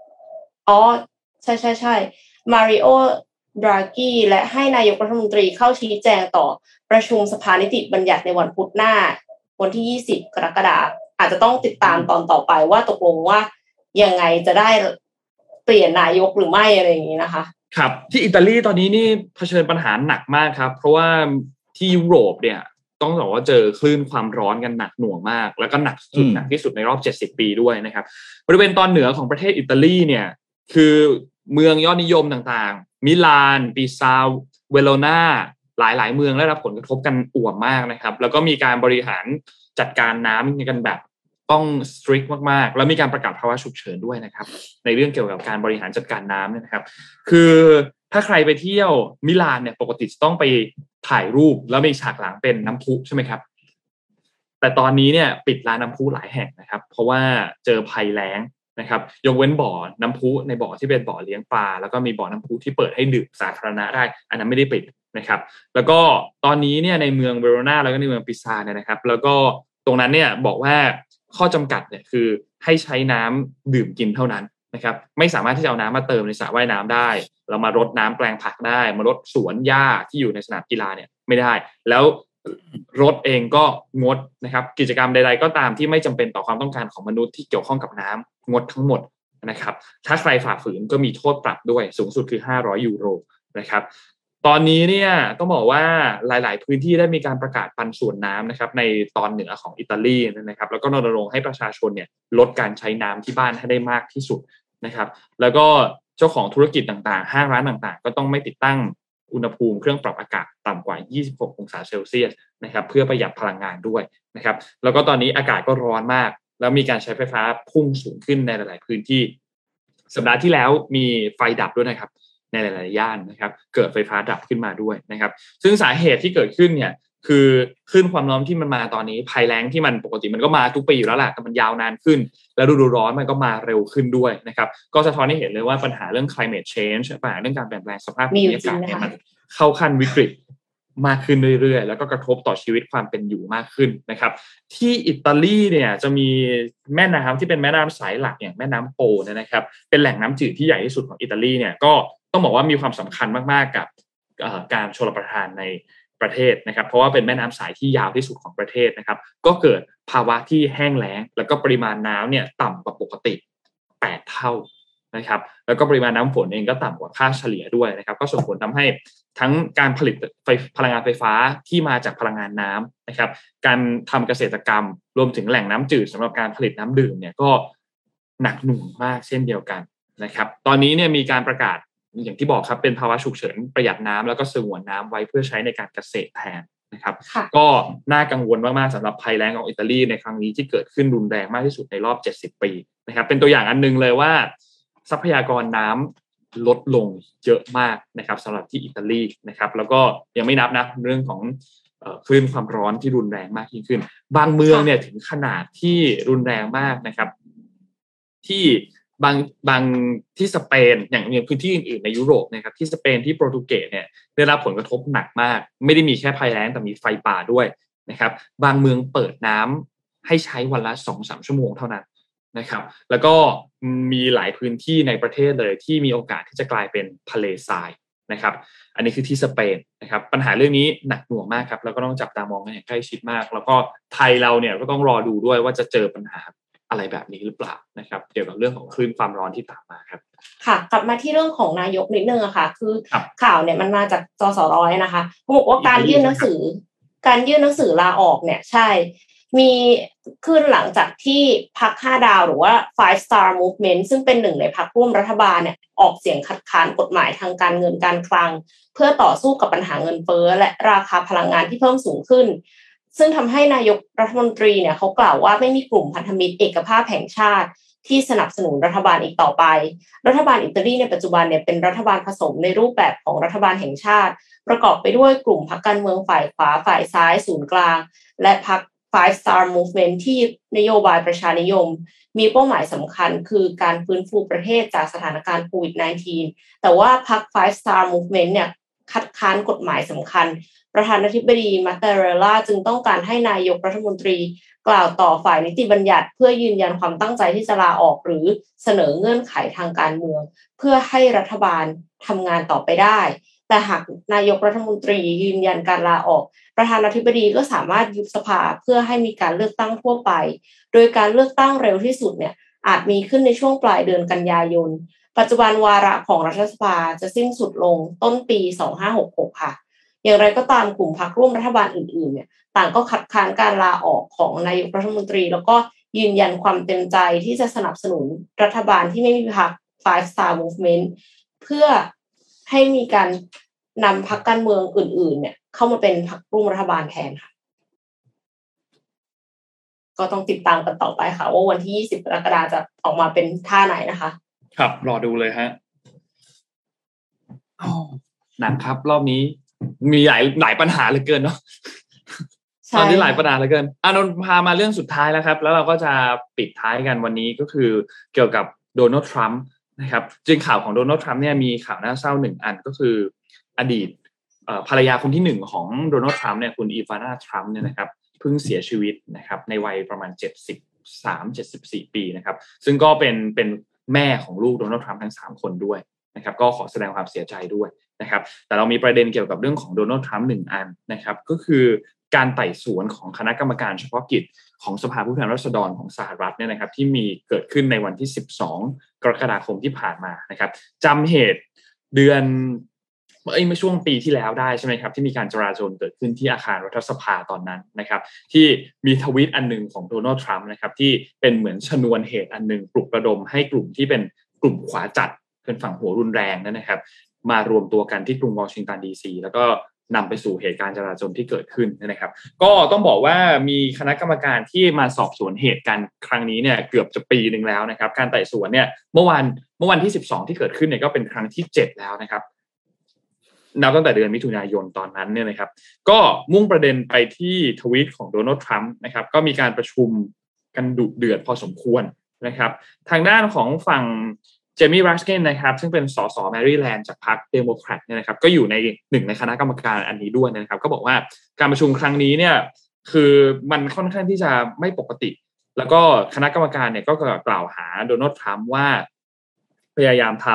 ใช่มาริโอดรากีและให้นายกรัฐมนตรีเข้าชี้แจงต่อประชุมสภานิติบัญญัติในวันพุธหน้าวันที่20กรกฎาคมอาจจะต้องติดตามตอนต่อไปว่าตกลงว่ายังไงจะได้เปลี่ยนนายกหรือไม่อะไรอย่างนี้นะคะครับที่อิตาลีตอนนี้นี่เผชิญปัญหาหนักมากครับเพราะว่าที่ยุโรปเนี่ยต้องบอกว่าเจอคลื่นความร้อนกันหนักหน่วงมากแล้วก็หนักที่สุดในรอบ70ปีด้วยนะครับบริเวณตอนเหนือของประเทศอิตาลีเนี่ยคือเมืองยอดนิยมต่างๆมิลานปิซาเวโรนาหลายๆเมืองได้รับผลกระทบกันอ่วมมากนะครับแล้วก็มีการบริหารจัดการน้ำกันแบบต้อง strict มากๆแล้วมีการประกาศภาวะฉุกเฉินด้วยนะครับในเรื่องเกี่ยวกับการบริหารจัดการน้ำเนี่ยนะครับคือถ้าใครไปเที่ยวมิลานเนี่ยปกติต้องไปถ่ายรูปแล้วมีฉากหลังเป็นน้ำพุใช่ไหมครับแต่ตอนนี้เนี่ยปิดร้านน้ำพุหลายแห่งนะครับเพราะว่าเจอภัยแล้งนะครับยกเว้นบ่อน้ำพุในบ่อที่เป็นบ่อเลี้ยงปลาแล้วก็มีบ่อน้ำพุที่เปิดให้ดื่มสาธารณะได้อันนั้นไม่ได้ปิดนะครับแล้วก็ตอนนี้เนี่ยในเมืองเวโรนาแล้วก็ในเมืองปิซาเนี่ยนะครับแล้วก็ตรงนั้นเนี่ยบอกว่าข้อจำกัดเนี่ยคือให้ใช้น้ำดื่มกินเท่านั้นนะครับไม่สามารถที่จะเอาน้ำมาเติมในสระว่ายน้ำได้เรามารดน้ำแปลงผักได้มารดสวนหญ้าที่อยู่ในสนามกีฬาเนี่ยไม่ได้แล้วรถเองก็งดนะครับกิจกรรมใดๆก็ตามที่ไม่จำเป็นต่อความต้องการของมนุษย์ที่เกี่ยวข้องกับน้ำงดทั้งหมดนะครับถ้าใครฝ่าฝืนก็มีโทษปรับด้วยสูงสุดคือ500ยูโรนะครับตอนนี้เนี่ยต้องบอกว่าหลายๆพื้นที่ได้มีการประกาศปันส่วนน้ำนะครับในตอนเหนือของอิตาลีนะครับแล้วก็รณรงค์ให้ประชาชนเนี่ยลดการใช้น้ำที่บ้านให้ได้มากที่สุดนะครับแล้วก็เจ้าของธุรกิจต่างๆห้างร้านต่างๆก็ต้องไม่ติดตั้งอุณหภูมิเครื่องปรับอากาศต่ำกว่า26องศาเซลเซียสนะครับเพื่อประหยัดพลังงานด้วยนะครับแล้วก็ตอนนี้อากาศก็ร้อนมากแล้วมีการใช้ไฟฟ้าพุ่งสูงขึ้นในหลายๆพื้นที่สัปดาห์ที่แล้วมีไฟดับด้วยนะครับในหลายๆย่านนะครับเกิดไฟฟ้าดับขึ้นมาด้วยนะครับซึ่งสาเหตุที่เกิดขึ้นเนี่ยคือคลื่นความร้อนที่มันมาตอนนี้ภัยแล้งที่มันปกติมันก็มาทุกปีอยู่แล้วแหละแต่มันยาวนานขึ้นแล้วฤดูร้อนมันก็มาเร็วขึ้นด้วยนะครับก็สะท้อนให้เห็นเลยว่าปัญหาเรื่อง climate change ปัญหาเรื่องการเปลี่ยนแปลงสภาพภูมิอากาศเนี่ยมันเข้าขั้นวิกฤตมากขึ้นเรื่อยๆแล้วก็กระทบต่อชีวิตความเป็นอยู่มากขึ้นนะครับที่อิตาลีเนี่ยจะมีแม่น้ำที่เป็นแม่น้ำสายหลักอย่างแม่น้ำโปนะครับเป็นแหล่งน้ำจืดที่ใหญ่ที่สุดของอิตาลีเนี่ยก็ต้องบอกว่ามีความสำคัญมากๆกับการชลประทานในประเทศนะครับเพราะว่าเป็นแม่น้ำสายที่ยาวที่สุดของประเทศนะครับก็เกิดภาวะที่แห้งแล้งแล้วก็ปริมาณน้ำเนี่ยต่ำกว่าปกติ8 เท่านะครับแล้วก็ปริมาณน้ำฝนเองก็ต่ำกว่าค่าเฉลี่ยด้วยนะครับก็ส่งผลทำให้ทั้งการผลิตพลังงานไฟฟ้าที่มาจากพลังงานน้ำนะครับการทำเกษตรกรรมรวมถึงแหล่งน้ำจืดสำหรับการผลิตน้ำดื่มเนี่ยก็หนักหน่วงมากเช่นเดียวกันนะครับตอนนี้เนี่ยมีการประกาศอย่างที่บอกครับเป็นภาวะฉุกเฉินประหยัดน้ำแล้วก็สงวนน้ำไว้เพื่อใช้ในการเกษตรแทนนะครับก็น่ากังวลมากๆสำหรับภัยแล้งของอิตาลีในครั้งนี้ที่เกิดขึ้นรุนแรงมากที่สุดในรอบ70 ปีนะครับเป็นตัวอย่างอันนึงเลยว่าทรัพยากรน้ำลดลงเยอะมากนะครับสำหรับที่อิตาลีนะครับแล้วก็ยังไม่นับนะเรื่องของคลื่นความร้อนที่รุนแรงมากยิ่งขึ้นบางเมืองเนี่ยถึงขนาดที่รุนแรงมากนะครับที่บางที่สเปนอย่างพื้นที่อื่นๆในยุโรปนะครับที่สเปนที่โปรตุเกสเนี่ยได้รับผลกระทบหนักมากไม่ได้มีแค่ภัยแล้งแต่มีไฟป่าด้วยนะครับบางเมืองเปิดน้ำให้ใช้วันละ 2-3 ชั่วโมงเท่านั้นนะครับแล้วก็มีหลายพื้นที่ในประเทศเลยที่มีโอกาสที่จะกลายเป็นทะเลทรายนะครับอันนี้คือที่สเปนนะครับปัญหาเรื่องนี้หนักหน่วงมากครับแล้วก็ต้องจับตามองกันอย่างใกล้ชิดมากแล้วก็ไทยเราเนี่ยก็ต้องรอดูด้วยว่าจะเจอปัญหาอะไรแบบนี้หรือเปล่านะครับเกี่ยวกับเรื่องของคลื่นความร้อนที่ตามมาครับค่ะกลับมาที่เรื่องของนายกนิดนึงอะค่ะคือข่าวเนี่ยมันมาจากจสร.นะคะเขาบอกว่าการยื่นหนังสือลาออกเนี่ยใช่มีขึ้นหลังจากที่พรรค5 ดาวหรือว่า Five Star Movement ซึ่งเป็นหนึ่งในพรรคร่วมรัฐบาลเนี่ยออกเสียงคัดค้านกฎหมายทางการเงินการคลังเพื่อต่อสู้กับปัญหาเงินเฟ้อและราคาพลังงานที่เพิ่มสูงขึ้นซึ่งทำให้นายกรัฐมนตรีเนี่ยเขากล่าวว่าไม่มีกลุ่มพันธมิตรเอกภาพแห่งชาติที่สนับสนุนรัฐบาลอีกต่อไปรัฐบาลอิตาลีในปัจจุบันเนี่ยเป็นรัฐบาลผสมในรูปแบบของรัฐบาลแห่งชาติประกอบไปด้วยกลุ่มพรรคการเมืองฝ่ายขวาฝ่ายซ้ายศูนย์กลางและพรรค Five Star Movement ที่นโยบายประชานิยมมีเป้าหมายสำคัญคือการฟื้นฟูประเทศจากสถานการณ์โควิด -19 แต่ว่าพรรค Five Star Movement เนี่ยคัดค้านกฎหมายสำคัญประธานาธิบดีมัตเตาเรลล่าจึงต้องการให้นายกรัฐมนตรีกล่าวต่อฝ่ายนิติบัญญัติเพื่อยืนยันความตั้งใจที่จะลาออกหรือเสนอเงื่อนไขทางการเมืองเพื่อให้รัฐบาลทำงานต่อไปได้แต่หากนายกรัฐมนตรียืนยันการลาออกประธานาธิบดีก็สามารถยุบสภาเพื่อให้มีการเลือกตั้งทั่วไปโดยการเลือกตั้งเร็วที่สุดเนี่ยอาจมีขึ้นในช่วงปลายเดือนกันยายนปัจจุบันวาระของรัฐสภาจะสิ้นสุดลงต้นปี2566ค่ะอย่างไรก็ตามกลุ่มพรรคร่วมรัฐบาลอื่นๆเนี่ยต่างก็คัดค้านการลาออกของนายกรัฐมนตรีแล้วก็ยืนยันความเต็มใจที่จะสนับสนุนรัฐบาลที่ไม่มีพรรค Five Star Movement เพื่อให้มีการนำพรรคการเมืองอื่นๆเนี่ยเข้ามาเป็นพรรคร่วมรัฐบาลแทนค่ะก็ต้องติดตามกันต่อไปค่ะว่าวันที่20 กรกฎาคมจะออกมาเป็นท่าไหนนะคะครับรอดูเลยฮะหนักครับรอบนี้มีหลายปัญหาเหลือเกินเนาะตอนนี้หลายปัญหาเหลือเกินนนท์พามาเรื่องสุดท้ายแล้วครับแล้วเราก็จะปิดท้ายกันวันนี้ก็คือเกี่ยวกับโดนัลด์ทรัมป์นะครับจริงข่าวของโดนัลด์ทรัมป์เนี่ยมีข่าวน่าเศร้า1อันก็คืออดีตภรรยาคนที่1ของโดนัลด์ทรัมป์เนี่ยคุณอีวานาทรัมป์เนี่ยนะครับเพิ่งเสียชีวิตนะครับในวัยประมาณ73-74 ปีนะครับซึ่งก็เป็นแม่ของลูกโดนัลด์ทรัมป์ทั้ง3คนด้วยนะครับก็ขอแสดงความเสียใจด้วยนะครับแต่เรามีประเด็นเกี่ยวกับเรื่องของโดนัลด์ทรัมป์1อันนะครับก็คือการไต่สวนของคณะกรรมการเฉพาะกิจของสภาผู้แทนราษฎรของสหรัฐเนี่ยนะครับที่มีเกิดขึ้นในวันที่12 กรกฎาคมที่ผ่านมานะครับจำเหตุเดือนเมื่อช่วงปีที่แล้วได้ใช่ไหมครับที่มีการจราจรเกิดขึ้นที่อาคารรัฐสภาตอนนั้นนะครับที่มีทวีตอันนึงของโดนัลด์ทรัมป์นะครับที่เป็นเหมือนชนวนเหตุอันนึงปลุกระดมให้กลุ่มที่เป็นกลุ่มขวาจัดเป็นฝั่งหัวรุนแรงนะครับมารวมตัวกันที่กรุงวอชิงตันดีซีแล้วก็นำไปสู่เหตุการณ์จราจรที่เกิดขึ้นนะครับก็ต้องบอกว่ามีคณะกรรมการที่มาสอบสวนเหตุการณ์ครั้งนี้เนี่ยเกือบจะปีนึงแล้วนะครับการไต่สวนเนี่ยเมื่อวันที่12ที่เกิดขึ้นเนี่ยก็เป็นครั้งที่7แล้วนะครับนับตั้งแต่เดือนมิถุนายนตอนนั้นเนี่ยนะครับก็มุ่งประเด็นไปที่ทวีตของโดนัลด์ทรัมป์นะครับก็มีการประชุมกันดุเดือดพอสมควรนะครับทางด้านของฝั่งเจมี่รัสกินนะครับซึ่งเป็นสสแมริแลนด์จากพรรคเดโมแครตเนี่ยนะครับก็อยู่ในหนึ่งในคณะกรรมการอันนี้ด้วยนะครับก็บอกว่าการประชุมครั้งนี้เนี่ยคือมันค่อนข้างที่จะไม่ปกติแล้วก็คณะกรรมการเนี่ยก็กล่าวหาโดนัลด์ทรัมป์ว่าพยายามท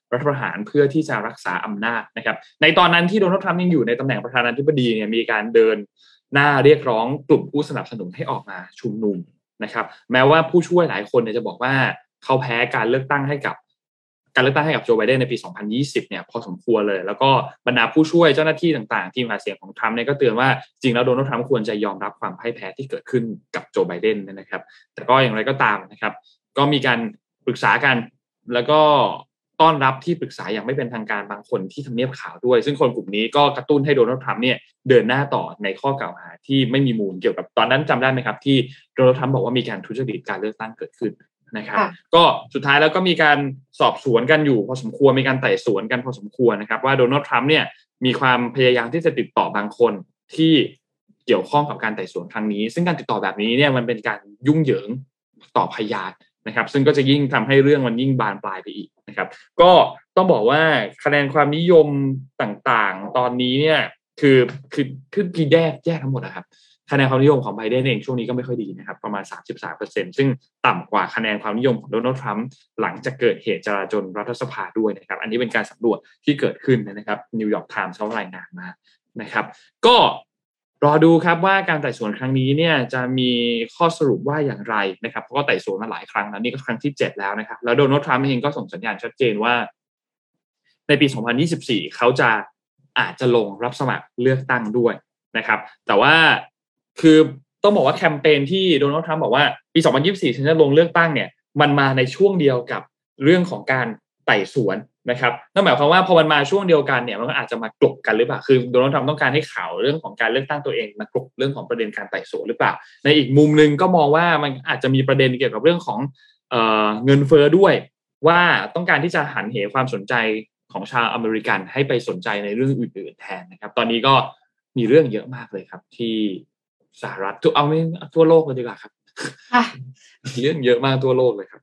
รัฐประหารเพื่อที่จะรักษาอำนาจนะครับในตอนนั้นที่โดนัลด์ทรัมป์ยังอยู่ในตำแหน่งประธานาธิบดีเนี่ยมีการเดินหน้าเรียกร้องกลุ่มผู้สนับสนุนให้ออกมาชุมนุมนะครับแม้ว่าผู้ช่วยหลายคนเนี่ยจะบอกว่าเขาแพ้การเลือกตั้งให้กับโจไบเดนในปี2020เนี่ยพอสมควรเลยแล้วก็บรรดาผู้ช่วยเจ้าหน้าที่ต่างๆทีมหาเสียงของทรัมป์เนี่ยก็เตือนว่าจริงแล้วโดนัลด์ทรัมป์ควรจะยอมรับความพ่ายแพ้ที่เกิดขึ้นกับโจไบเดนนะครับแต่ก็อย่างไรก็ตามนะครับก็มีการปรึกษากันแล้วก็ต้อนรับที่ปรึกษาอย่างไม่เป็นทางการบางคนที่ทำเนียบขาวด้วยซึ่งคนกลุ่มนี้ก็กระตุ้นให้โดนัลด์ทรัมป์เนี่ยเดินหน้าต่อในข้อกล่าวหาที่ไม่มีมูลเกี่ยวกับตอนนั้นจำได้ไหมครับที่โดนัลด์ทรัมป์บอกว่ามีการทุจริตการเลือกตั้งเกิดขึ้นนะครับก็สุดท้ายแล้วก็มีการสอบสวนกันอยู่พอสมควรมีการไต่สวนกันพอสมควรนะครับว่าโดนัลด์ทรัมป์เนี่ยมีความพยายามที่จะติดต่อบางคนที่เกี่ยวข้องกับการไต่สวนครั้งนี้ซึ่งการติดต่อแบบนี้เนี่ยมันเป็นการยุ่งเหยิงต่อพยานนะครับซึ่งก็จะยิ่งทำให้เรื่องมันยิ่งบานปลายไปอีกนะครับก็ต้องบอกว่าคะแนนความนิยมต่างๆตอนนี้เนี่ยคือแย่ทั้งหมดนะครับคะแนนความนิยมของไบเดนเองช่วงนี้ก็ไม่ค่อยดีนะครับประมาณ 33% ซึ่งต่ำกว่าคะแนนความนิยมของโดนัลด์ทรัมป์หลังจากเกิดเหตุจลาจลรัฐสภาด้วยนะครับอันนี้เป็นการสำรวจที่เกิดขึ้นนะครับนิวยอร์กไทมส์เขารายงานมานะครับก็รอดูครับว่าการไต่สวนครั้งนี้เนี่ยจะมีข้อสรุปว่าอย่างไรนะครับเพราะก็ไต่สวนมาหลายครั้งแล้วนี่ก็ครั้งที่7แล้วนะครับแล้วโดนัลด์ทรัมป์เองก็ส่งสัญญาณชัดเจนว่าในปี2024เขาจะอาจจะลงรับสมัครเลือกตั้งด้วยนะครับแต่ว่าคือต้องบอกว่าแคมเปญที่โดนัลด์ทรัมป์บอกว่าปี2024ฉันจะลงเลือกตั้งเนี่ยมันมาในช่วงเดียวกับเรื่องของการไต่สวนนะครับนั่นหมายความว่าพอมันมาช่วงเดียวกันเนี่ยมันก็อาจจะมากลบกันหรือเปล่าคือโดนัลด์ทรัมป์ต้องการให้ข่าวเรื่องของการเลือกตั้งตัวเองมากลบเรื่องของประเด็นการไต่สวนหรือเปล่าในอีกมุมนึงก็มองว่ามันอาจจะมีประเด็นเกี่ยวกับเรื่องของเงินเฟ้อด้วยว่าต้องการที่จะหันเหความสนใจของชาวอเมริกันให้ไปสนใจในเรื่องอื่นๆแทนนะครับตอนนี้ก็มีเรื่องเยอะมากเลยครับที่สหรัฐทั่วโลกเลยดีกว่าครับเรื่องเยอะมากทั่วโลกเลยครับ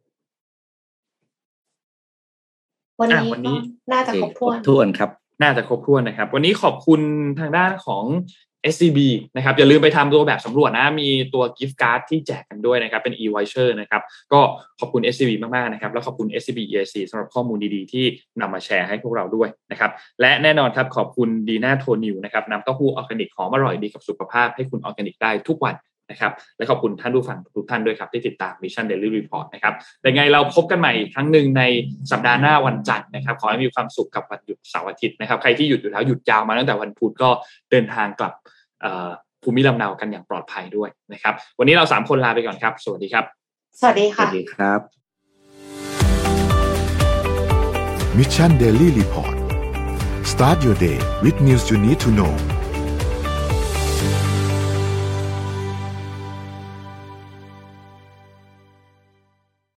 วันนี้น่าจะครบถ้วนครับน่าจะครบถ้วนนะครับวันนี้ขอบคุณทางด้านของ SCB นะครับอย่าลืมไปทำตัวแบบสำรวจนะมีตัว gift card ที่แจกกันด้วยนะครับเป็น e-voucher นะครับก็ขอบคุณ SCB มากๆนะครับแล้วขอบคุณ SCB EIC สำหรับข้อมูลดีๆที่นำมาแชร์ให้พวกเราด้วยนะครับและแน่นอนครับขอบคุณดีน่าโทนิวนะครับนำเต้าหู้ออร์แกนิกหอมอร่อยดีกับสุขภาพให้คุณออร์แกนิกได้ทุกวันนะครับและขอบคุณท่านผู้ฟังทุกท่านด้วยครับที่ติดตาม Mission Daily Report นะครับยังไงเราพบกันใหม่อีกครั้งนึงในสัปดาห์หน้าวันจันทร์นะครับขอให้มีความสุขกับวันหยุดเสาร์อาทิตย์นะครับใครที่หยุดอยู่แล้วหยุดยาวมาตั้งแต่วันพุธก็เดินทางกลับภูมิลำเนากันอย่างปลอดภัยด้วยนะครับวันนี้เรา3คนลาไปก่อนครับสวัสดีครับสวัสดีค่ะสวัสดีครับ Mission Daily Report Start your day with news you need to know